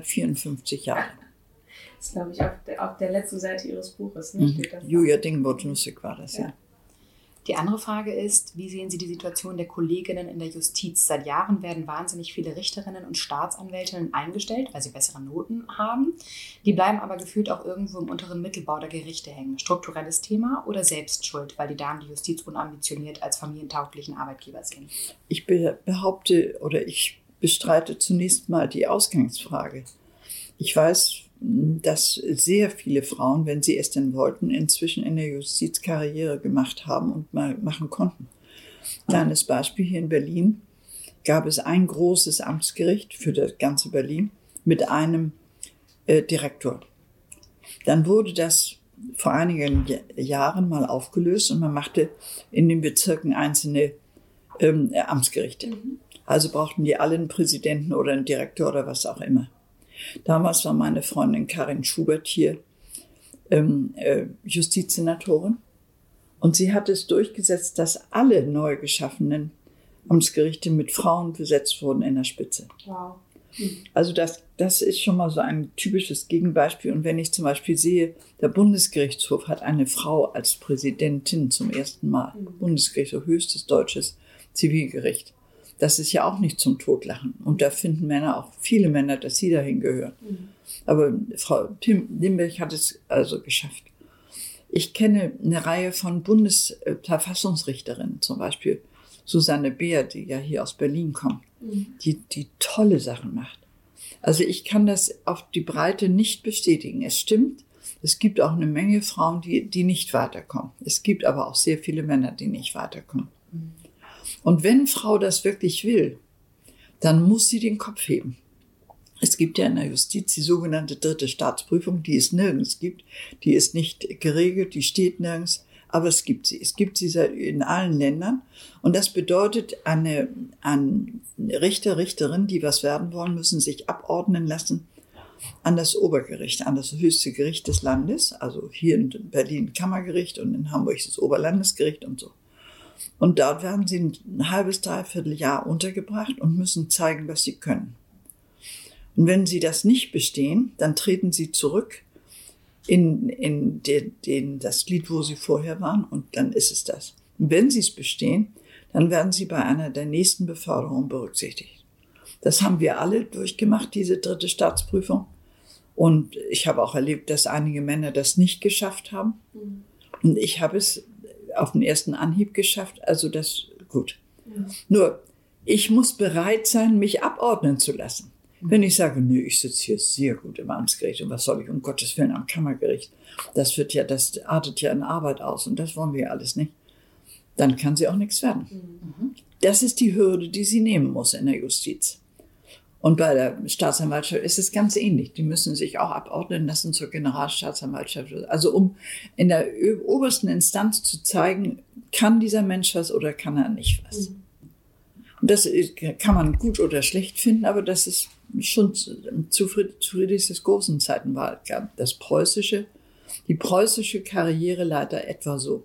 254 Jahre. Das ist, glaube ich, auf der letzten Seite Ihres Buches. Ne, steht das Julia Dingborn-Nussig war das, ja. Die andere Frage ist, wie sehen Sie die Situation der Kolleginnen in der Justiz? Seit Jahren werden wahnsinnig viele Richterinnen und Staatsanwältinnen eingestellt, weil sie bessere Noten haben. Die bleiben aber gefühlt auch irgendwo im unteren Mittelbau der Gerichte hängen. Strukturelles Thema oder Selbstschuld, weil die Damen die Justiz unambitioniert als familientauglichen Arbeitgeber sehen? Ich behaupte oder ich bestreite zunächst mal die Ausgangsfrage. Ich weiß, dass sehr viele Frauen, wenn sie es denn wollten, inzwischen in der Justiz Karriere gemacht haben und mal machen konnten. Kleines Beispiel: Hier in Berlin gab es ein großes Amtsgericht für das ganze Berlin mit einem Direktor. Dann wurde das vor einigen Jahren mal aufgelöst und man machte in den Bezirken einzelne Amtsgerichte. Also brauchten die alle einen Präsidenten oder einen Direktor oder was auch immer. Damals war meine Freundin Karin Schubert hier Justizsenatorin und sie hat es durchgesetzt, dass alle neu geschaffenen Amtsgerichte mit Frauen besetzt wurden in der Spitze. Wow. Also das ist schon mal so ein typisches Gegenbeispiel. Und wenn ich zum Beispiel sehe, der Bundesgerichtshof hat eine Frau als Präsidentin zum ersten Mal. Bundesgerichtshof, höchstes deutsches Zivilgericht. Das ist ja auch nicht zum Totlachen. Und da finden Männer, auch viele Männer, dass sie dahin gehören. Aber Frau Limbeck hat es also geschafft. Ich kenne eine Reihe von Bundesverfassungsrichterinnen, zum Beispiel Susanne Beer, die ja hier aus Berlin kommt, die tolle Sachen macht. Also ich kann das auf die Breite nicht bestätigen. Es stimmt, es gibt auch eine Menge Frauen, die nicht weiterkommen. Es gibt aber auch sehr viele Männer, die nicht weiterkommen. Und wenn Frau das wirklich will, dann muss sie den Kopf heben. Es gibt ja in der Justiz die sogenannte dritte Staatsprüfung, die es nirgends gibt. Die ist nicht geregelt, die steht nirgends, aber es gibt sie. Es gibt sie in allen Ländern. Und das bedeutet, ein Richter, Richterin, die was werden wollen, müssen sich abordnen lassen an das Obergericht, an das höchste Gericht des Landes. Also hier in Berlin Kammergericht und in Hamburg das Oberlandesgericht und so. Und dort werden sie ein halbes, dreiviertel Jahr untergebracht und müssen zeigen, was sie können. Und wenn sie das nicht bestehen, dann treten sie zurück in das Glied, wo sie vorher waren, und dann ist es das. Und wenn sie es bestehen, dann werden sie bei einer der nächsten Beförderungen berücksichtigt. Das haben wir alle durchgemacht, diese dritte Staatsprüfung. Und ich habe auch erlebt, dass einige Männer das nicht geschafft haben. Und ich habe es auf den ersten Anhieb geschafft, also das gut. Nur, ich muss bereit sein, mich abordnen zu lassen. Wenn ich sage, nö, ich sitze hier sehr gut im Amtsgericht und was soll ich um Gottes Willen am Kammergericht, das artet ja in Arbeit aus und das wollen wir alles nicht, dann kann sie auch nichts werden. Das ist die Hürde, die sie nehmen muss in der Justiz. Und bei der Staatsanwaltschaft ist es ganz ähnlich. Die müssen sich auch abordnen lassen zur Generalstaatsanwaltschaft. Also um in der obersten Instanz zu zeigen, kann dieser Mensch was oder kann er nicht was. Und das kann man gut oder schlecht finden, aber das ist schon zu Friedrichs des Großen Zeiten war die preußische Karriereleiter etwa so.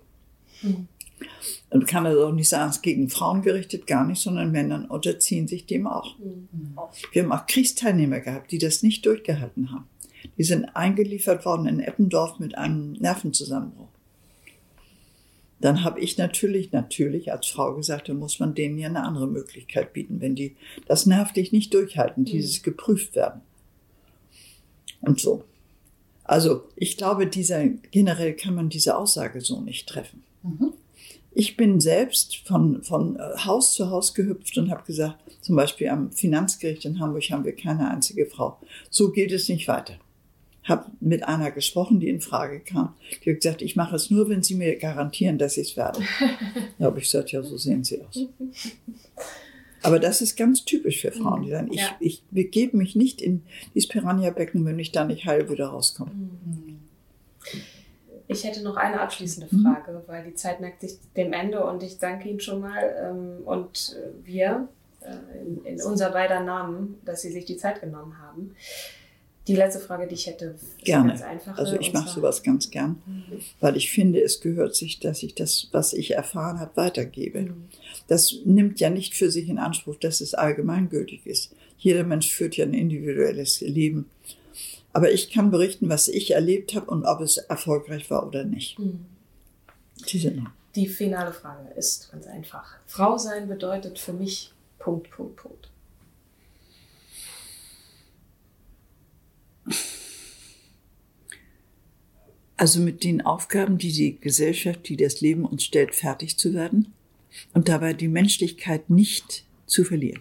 Und kann also auch nicht sagen, es ist gegen Frauen gerichtet, gar nicht, sondern Männer unterziehen sich dem auch. Wir haben auch Kriegsteilnehmer gehabt, die das nicht durchgehalten haben. Die sind eingeliefert worden in Eppendorf mit einem Nervenzusammenbruch. Dann habe ich natürlich als Frau gesagt, dann muss man denen ja eine andere Möglichkeit bieten, wenn die das nervlich nicht durchhalten, dieses geprüft werden. Und so. Also ich glaube, generell kann man diese Aussage so nicht treffen. Ich bin selbst von Haus zu Haus gehüpft und habe gesagt, zum Beispiel am Finanzgericht in Hamburg haben wir keine einzige Frau. So geht es nicht weiter. Habe mit einer gesprochen, die in Frage kam. Die hat gesagt, ich mache es nur, wenn Sie mir garantieren, dass ich es werde. Da habe ich gesagt, ja, so sehen Sie aus. Aber das ist ganz typisch für Frauen, die sagen, ich begebe mich nicht in dieses Piranha-Becken, wenn ich da nicht heil wieder rauskomme. Ich hätte noch eine abschließende Frage, weil die Zeit neigt sich dem Ende und ich danke Ihnen schon mal und wir in unser beider Namen, dass Sie sich die Zeit genommen haben. Die letzte Frage, die ich hätte, ist gerne. Ganz einfache. Also ich mache sowas ganz gern, weil ich finde, es gehört sich, dass ich das, was ich erfahren habe, weitergebe. Das nimmt ja nicht für sich in Anspruch, dass es allgemeingültig ist. Jeder Mensch führt ja ein individuelles Leben. Aber ich kann berichten, was ich erlebt habe und ob es erfolgreich war oder nicht. Die finale Frage ist ganz einfach. Frau sein bedeutet für mich ... Also mit den Aufgaben, die Gesellschaft, die das Leben uns stellt, fertig zu werden und dabei die Menschlichkeit nicht zu verlieren.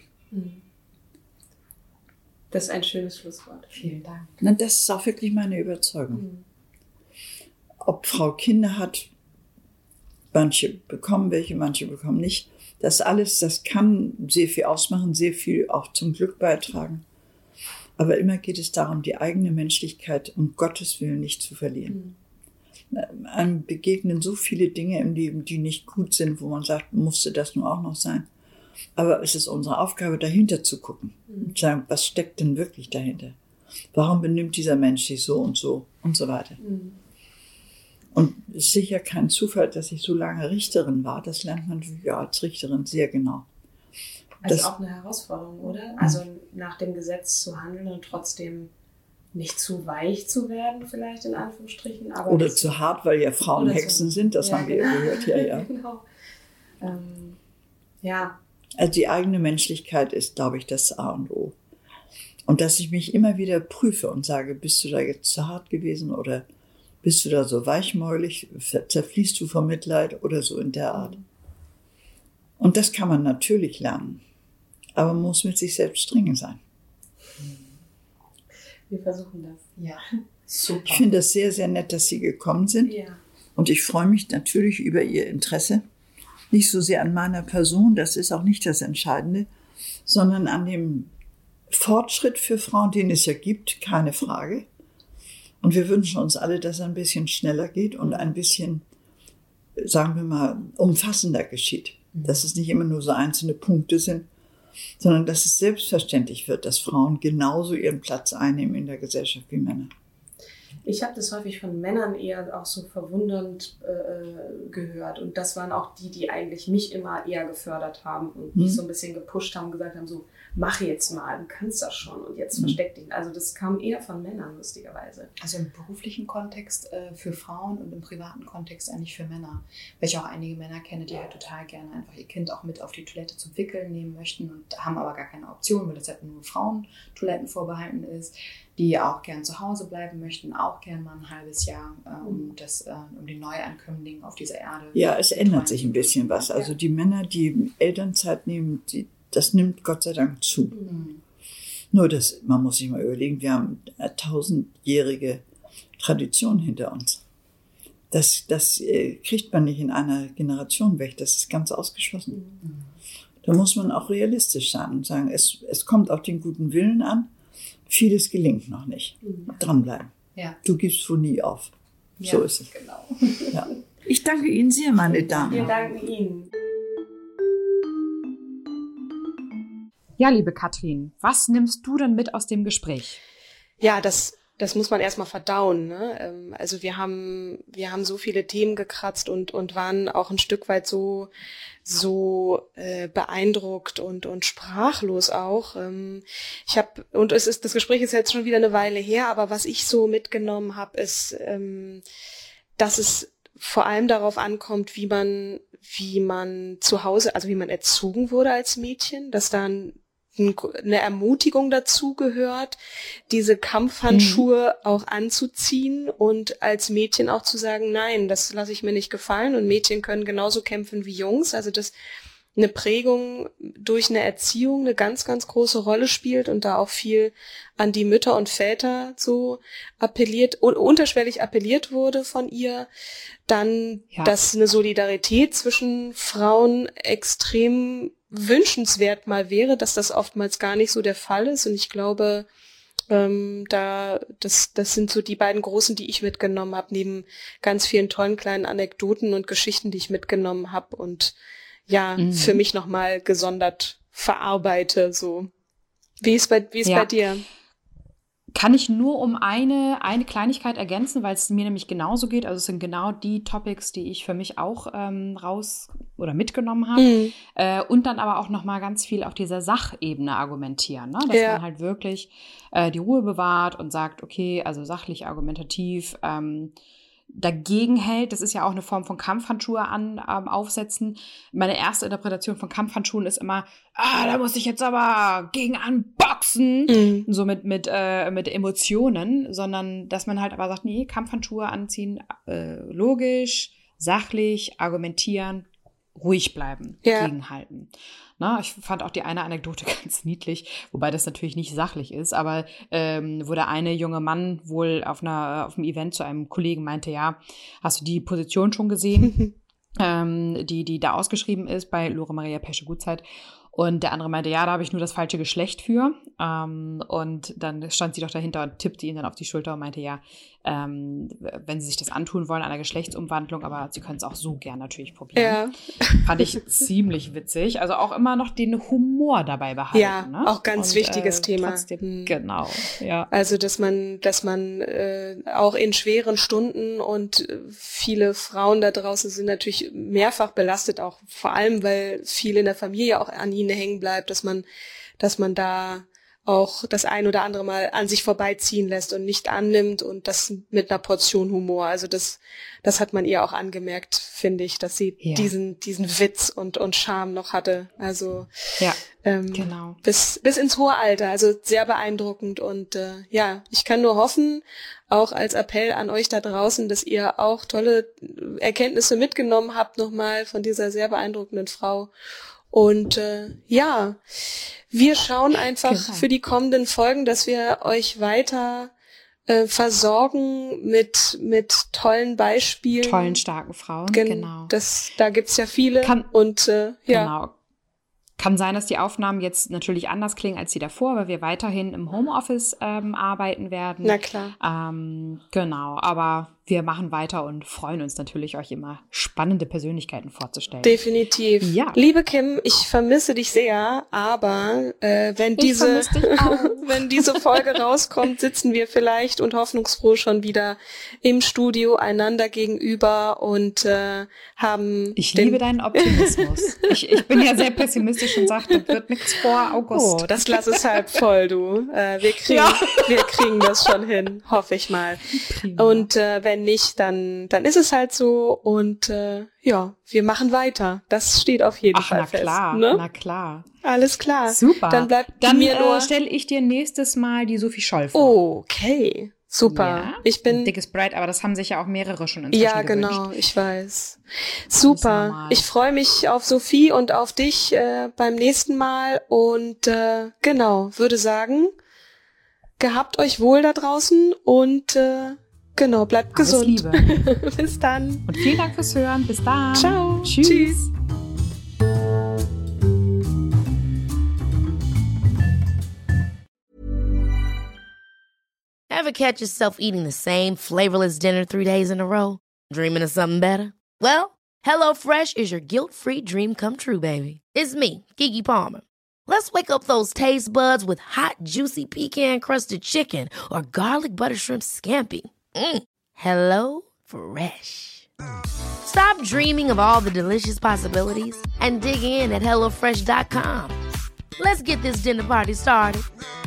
Das ist ein schönes Schlusswort. Vielen Dank. Na, das ist auch wirklich meine Überzeugung. Ob Frau Kinder hat, manche bekommen welche, manche bekommen nicht. Das alles, das kann sehr viel ausmachen, sehr viel auch zum Glück beitragen. Aber immer geht es darum, die eigene Menschlichkeit um Gottes Willen nicht zu verlieren. Einem begegnen so viele Dinge im Leben, die nicht gut sind, wo man sagt, musste das nun auch noch sein. Aber es ist unsere Aufgabe, dahinter zu gucken und zu sagen, was steckt denn wirklich dahinter? Warum benimmt dieser Mensch sich so und so weiter? Und es ist sicher kein Zufall, dass ich so lange Richterin war. Das lernt man ja als Richterin sehr genau. Also das auch eine Herausforderung, oder? Also nach dem Gesetz zu handeln und trotzdem nicht zu weich zu werden, vielleicht in Anführungsstrichen. Aber oder zu hart, weil ja Frauen Hexen sind, das haben wir ja gehört. Ja. Genau. Ja. Also die eigene Menschlichkeit ist, glaube ich, das A und O. Und dass ich mich immer wieder prüfe und sage, bist du da jetzt zu hart gewesen oder bist du da so weichmäulig, zerfließt du vor Mitleid oder so in der Art. Und das kann man natürlich lernen, aber man muss mit sich selbst streng sein. Wir versuchen das. Ja, super. Ich finde das sehr, sehr nett, dass Sie gekommen sind. Ja. Und ich freue mich natürlich über Ihr Interesse. Nicht so sehr an meiner Person, das ist auch nicht das Entscheidende, sondern an dem Fortschritt für Frauen, den es ja gibt, keine Frage. Und wir wünschen uns alle, dass es ein bisschen schneller geht und ein bisschen, sagen wir mal, umfassender geschieht. Dass es nicht immer nur so einzelne Punkte sind, sondern dass es selbstverständlich wird, dass Frauen genauso ihren Platz einnehmen in der Gesellschaft wie Männer. Ich habe das häufig von Männern eher auch so verwundernd gehört. Und das waren auch die eigentlich mich immer eher gefördert haben und mich so ein bisschen gepusht haben und gesagt haben, so, mach jetzt mal, du kannst das schon und jetzt versteck dich. Also das kam eher von Männern, lustigerweise. Also im beruflichen Kontext für Frauen und im privaten Kontext eigentlich für Männer. Weil ich auch einige Männer kenne, die halt total gerne einfach ihr Kind auch mit auf die Toilette zum Wickeln nehmen möchten und haben aber gar keine Option, weil das halt nur Frauentoiletten vorbehalten ist, die auch gern zu Hause bleiben möchten, auch gern mal ein halbes Jahr, um die Neuankömmlinge auf dieser Erde. Ja, es ändert sich ein bisschen was. Also die Männer, die Elternzeit nehmen, das nimmt Gott sei Dank zu. Nur man muss sich mal überlegen, wir haben 1000-jährige Tradition hinter uns. Das kriegt man nicht in einer Generation weg, das ist ganz ausgeschlossen. Da muss man auch realistisch sein und sagen, es kommt auf den guten Willen an, vieles gelingt noch nicht. Dranbleiben. Ja. Du gibst wohl nie auf. So ist es. Genau. Ja. Ich danke Ihnen sehr, meine Damen. Wir danken Ihnen. Ja, liebe Katrin, was nimmst du denn mit aus dem Gespräch? Ja, das muss man erstmal verdauen, ne? Also wir haben so viele Themen gekratzt und waren auch ein Stück weit so beeindruckt und sprachlos auch. Das Gespräch ist jetzt schon wieder eine Weile her, aber was ich so mitgenommen habe, ist, dass es vor allem darauf ankommt, wie man zu Hause, also wie man erzogen wurde als Mädchen, dass dann eine Ermutigung dazu gehört, diese Kampfhandschuhe auch anzuziehen und als Mädchen auch zu sagen, nein, das lasse ich mir nicht gefallen und Mädchen können genauso kämpfen wie Jungs, also dass eine Prägung durch eine Erziehung eine ganz, ganz große Rolle spielt und da auch viel an die Mütter und Väter so unterschwellig appelliert wurde von ihr. Dann, dass eine Solidarität zwischen Frauen extrem wünschenswert mal wäre, dass das oftmals gar nicht so der Fall ist. Und ich glaube, das sind so die beiden großen, die ich mitgenommen habe, neben ganz vielen tollen kleinen Anekdoten und Geschichten, die ich mitgenommen habe und für mich nochmal gesondert verarbeite, so. Wie ist bei dir? Kann ich nur um eine Kleinigkeit ergänzen, weil es mir nämlich genauso geht. Also es sind genau die Topics, die ich für mich auch raus oder mitgenommen habe. Und dann aber auch nochmal ganz viel auf dieser Sachebene argumentieren, ne? Dass man halt wirklich die Ruhe bewahrt und sagt, okay, also sachlich, argumentativ, dagegen hält. Das ist ja auch eine Form von Kampfhandschuhe aufsetzen. Meine erste Interpretation von Kampfhandschuhen ist immer, da muss ich jetzt aber gegen anboxen, so mit Emotionen, sondern dass man halt aber sagt, nee, Kampfhandschuhe anziehen, logisch, sachlich, argumentieren, ruhig bleiben, gegenhalten. Na, ich fand auch die eine Anekdote ganz niedlich, wobei das natürlich nicht sachlich ist, aber wo der eine junge Mann wohl auf einem Event zu einem Kollegen meinte, ja, hast du die Position schon gesehen, die da ausgeschrieben ist bei Lore Maria Pesce-Gutzeit? Und der andere meinte, ja, da habe ich nur das falsche Geschlecht für. Und dann stand sie doch dahinter und tippte ihn dann auf die Schulter und meinte, ja, wenn sie sich das antun wollen, einer Geschlechtsumwandlung, aber sie können es auch so gern natürlich probieren. Ja. Fand ich ziemlich witzig. Also auch immer noch den Humor dabei behalten. Ja, ne? Auch ganz wichtiges Thema. Trotzdem, genau, ja. Also, dass man auch in schweren Stunden und viele Frauen da draußen sind natürlich mehrfach belastet, auch vor allem, weil viel in der Familie auch an ihnen hängen bleibt, dass man da auch das ein oder andere Mal an sich vorbeiziehen lässt und nicht annimmt und das mit einer Portion Humor. Also das hat man ihr auch angemerkt, finde ich, dass sie diesen Witz und Charme noch hatte. Also genau. Bis ins hohe Alter. Also sehr beeindruckend und ich kann nur hoffen, auch als Appell an euch da draußen, dass ihr auch tolle Erkenntnisse mitgenommen habt nochmal von dieser sehr beeindruckenden Frau. Und wir schauen einfach für die kommenden Folgen, dass wir euch weiter versorgen mit tollen Beispielen. Tollen, starken Frauen, genau. Da gibt's ja viele. Genau. Kann sein, dass die Aufnahmen jetzt natürlich anders klingen als die davor, weil wir weiterhin im Homeoffice arbeiten werden. Na klar. Genau, aber wir machen weiter und freuen uns natürlich, euch immer spannende Persönlichkeiten vorzustellen. Definitiv. Ja. Liebe Kim, ich vermisse dich sehr, aber wenn diese Folge rauskommt, sitzen wir vielleicht und hoffnungsfroh schon wieder im Studio einander gegenüber und haben... Ich liebe deinen Optimismus. Ich bin ja sehr pessimistisch und sage, das wird nichts vor August. Oh, das Glas ist halb voll, du. Wir kriegen das schon hin, hoffe ich mal. Prima. Und wenn nicht, dann ist es halt so und wir machen weiter. Das steht auf jeden Fall fest. Na klar. Alles klar. Super. Dann stelle ich dir nächstes Mal die Sophie Scholl vor. Okay. Super. Ja, ich bin ein dickes Breit, aber das haben sich ja auch mehrere schon inzwischen gewünscht. Genau, ich weiß. Super. Ich freue mich auf Sophie und auf dich beim nächsten Mal und würde sagen, gehabt euch wohl da draußen und bleibt gesund. Alles Liebe. Bis dann. Und vielen Dank fürs Hören. Bis dann. Ciao. Tschüss. Ever catch yourself eating the same flavorless dinner 3 days in a row? Dreaming of something better? Well, HelloFresh is your guilt-free dream come true, baby. It's me, Keke Palmer. Let's wake up those taste buds with hot, juicy pecan-crusted chicken or garlic butter shrimp scampi. Hello Fresh. Stop dreaming of all the delicious possibilities and dig in at HelloFresh.com. Let's get this dinner party started.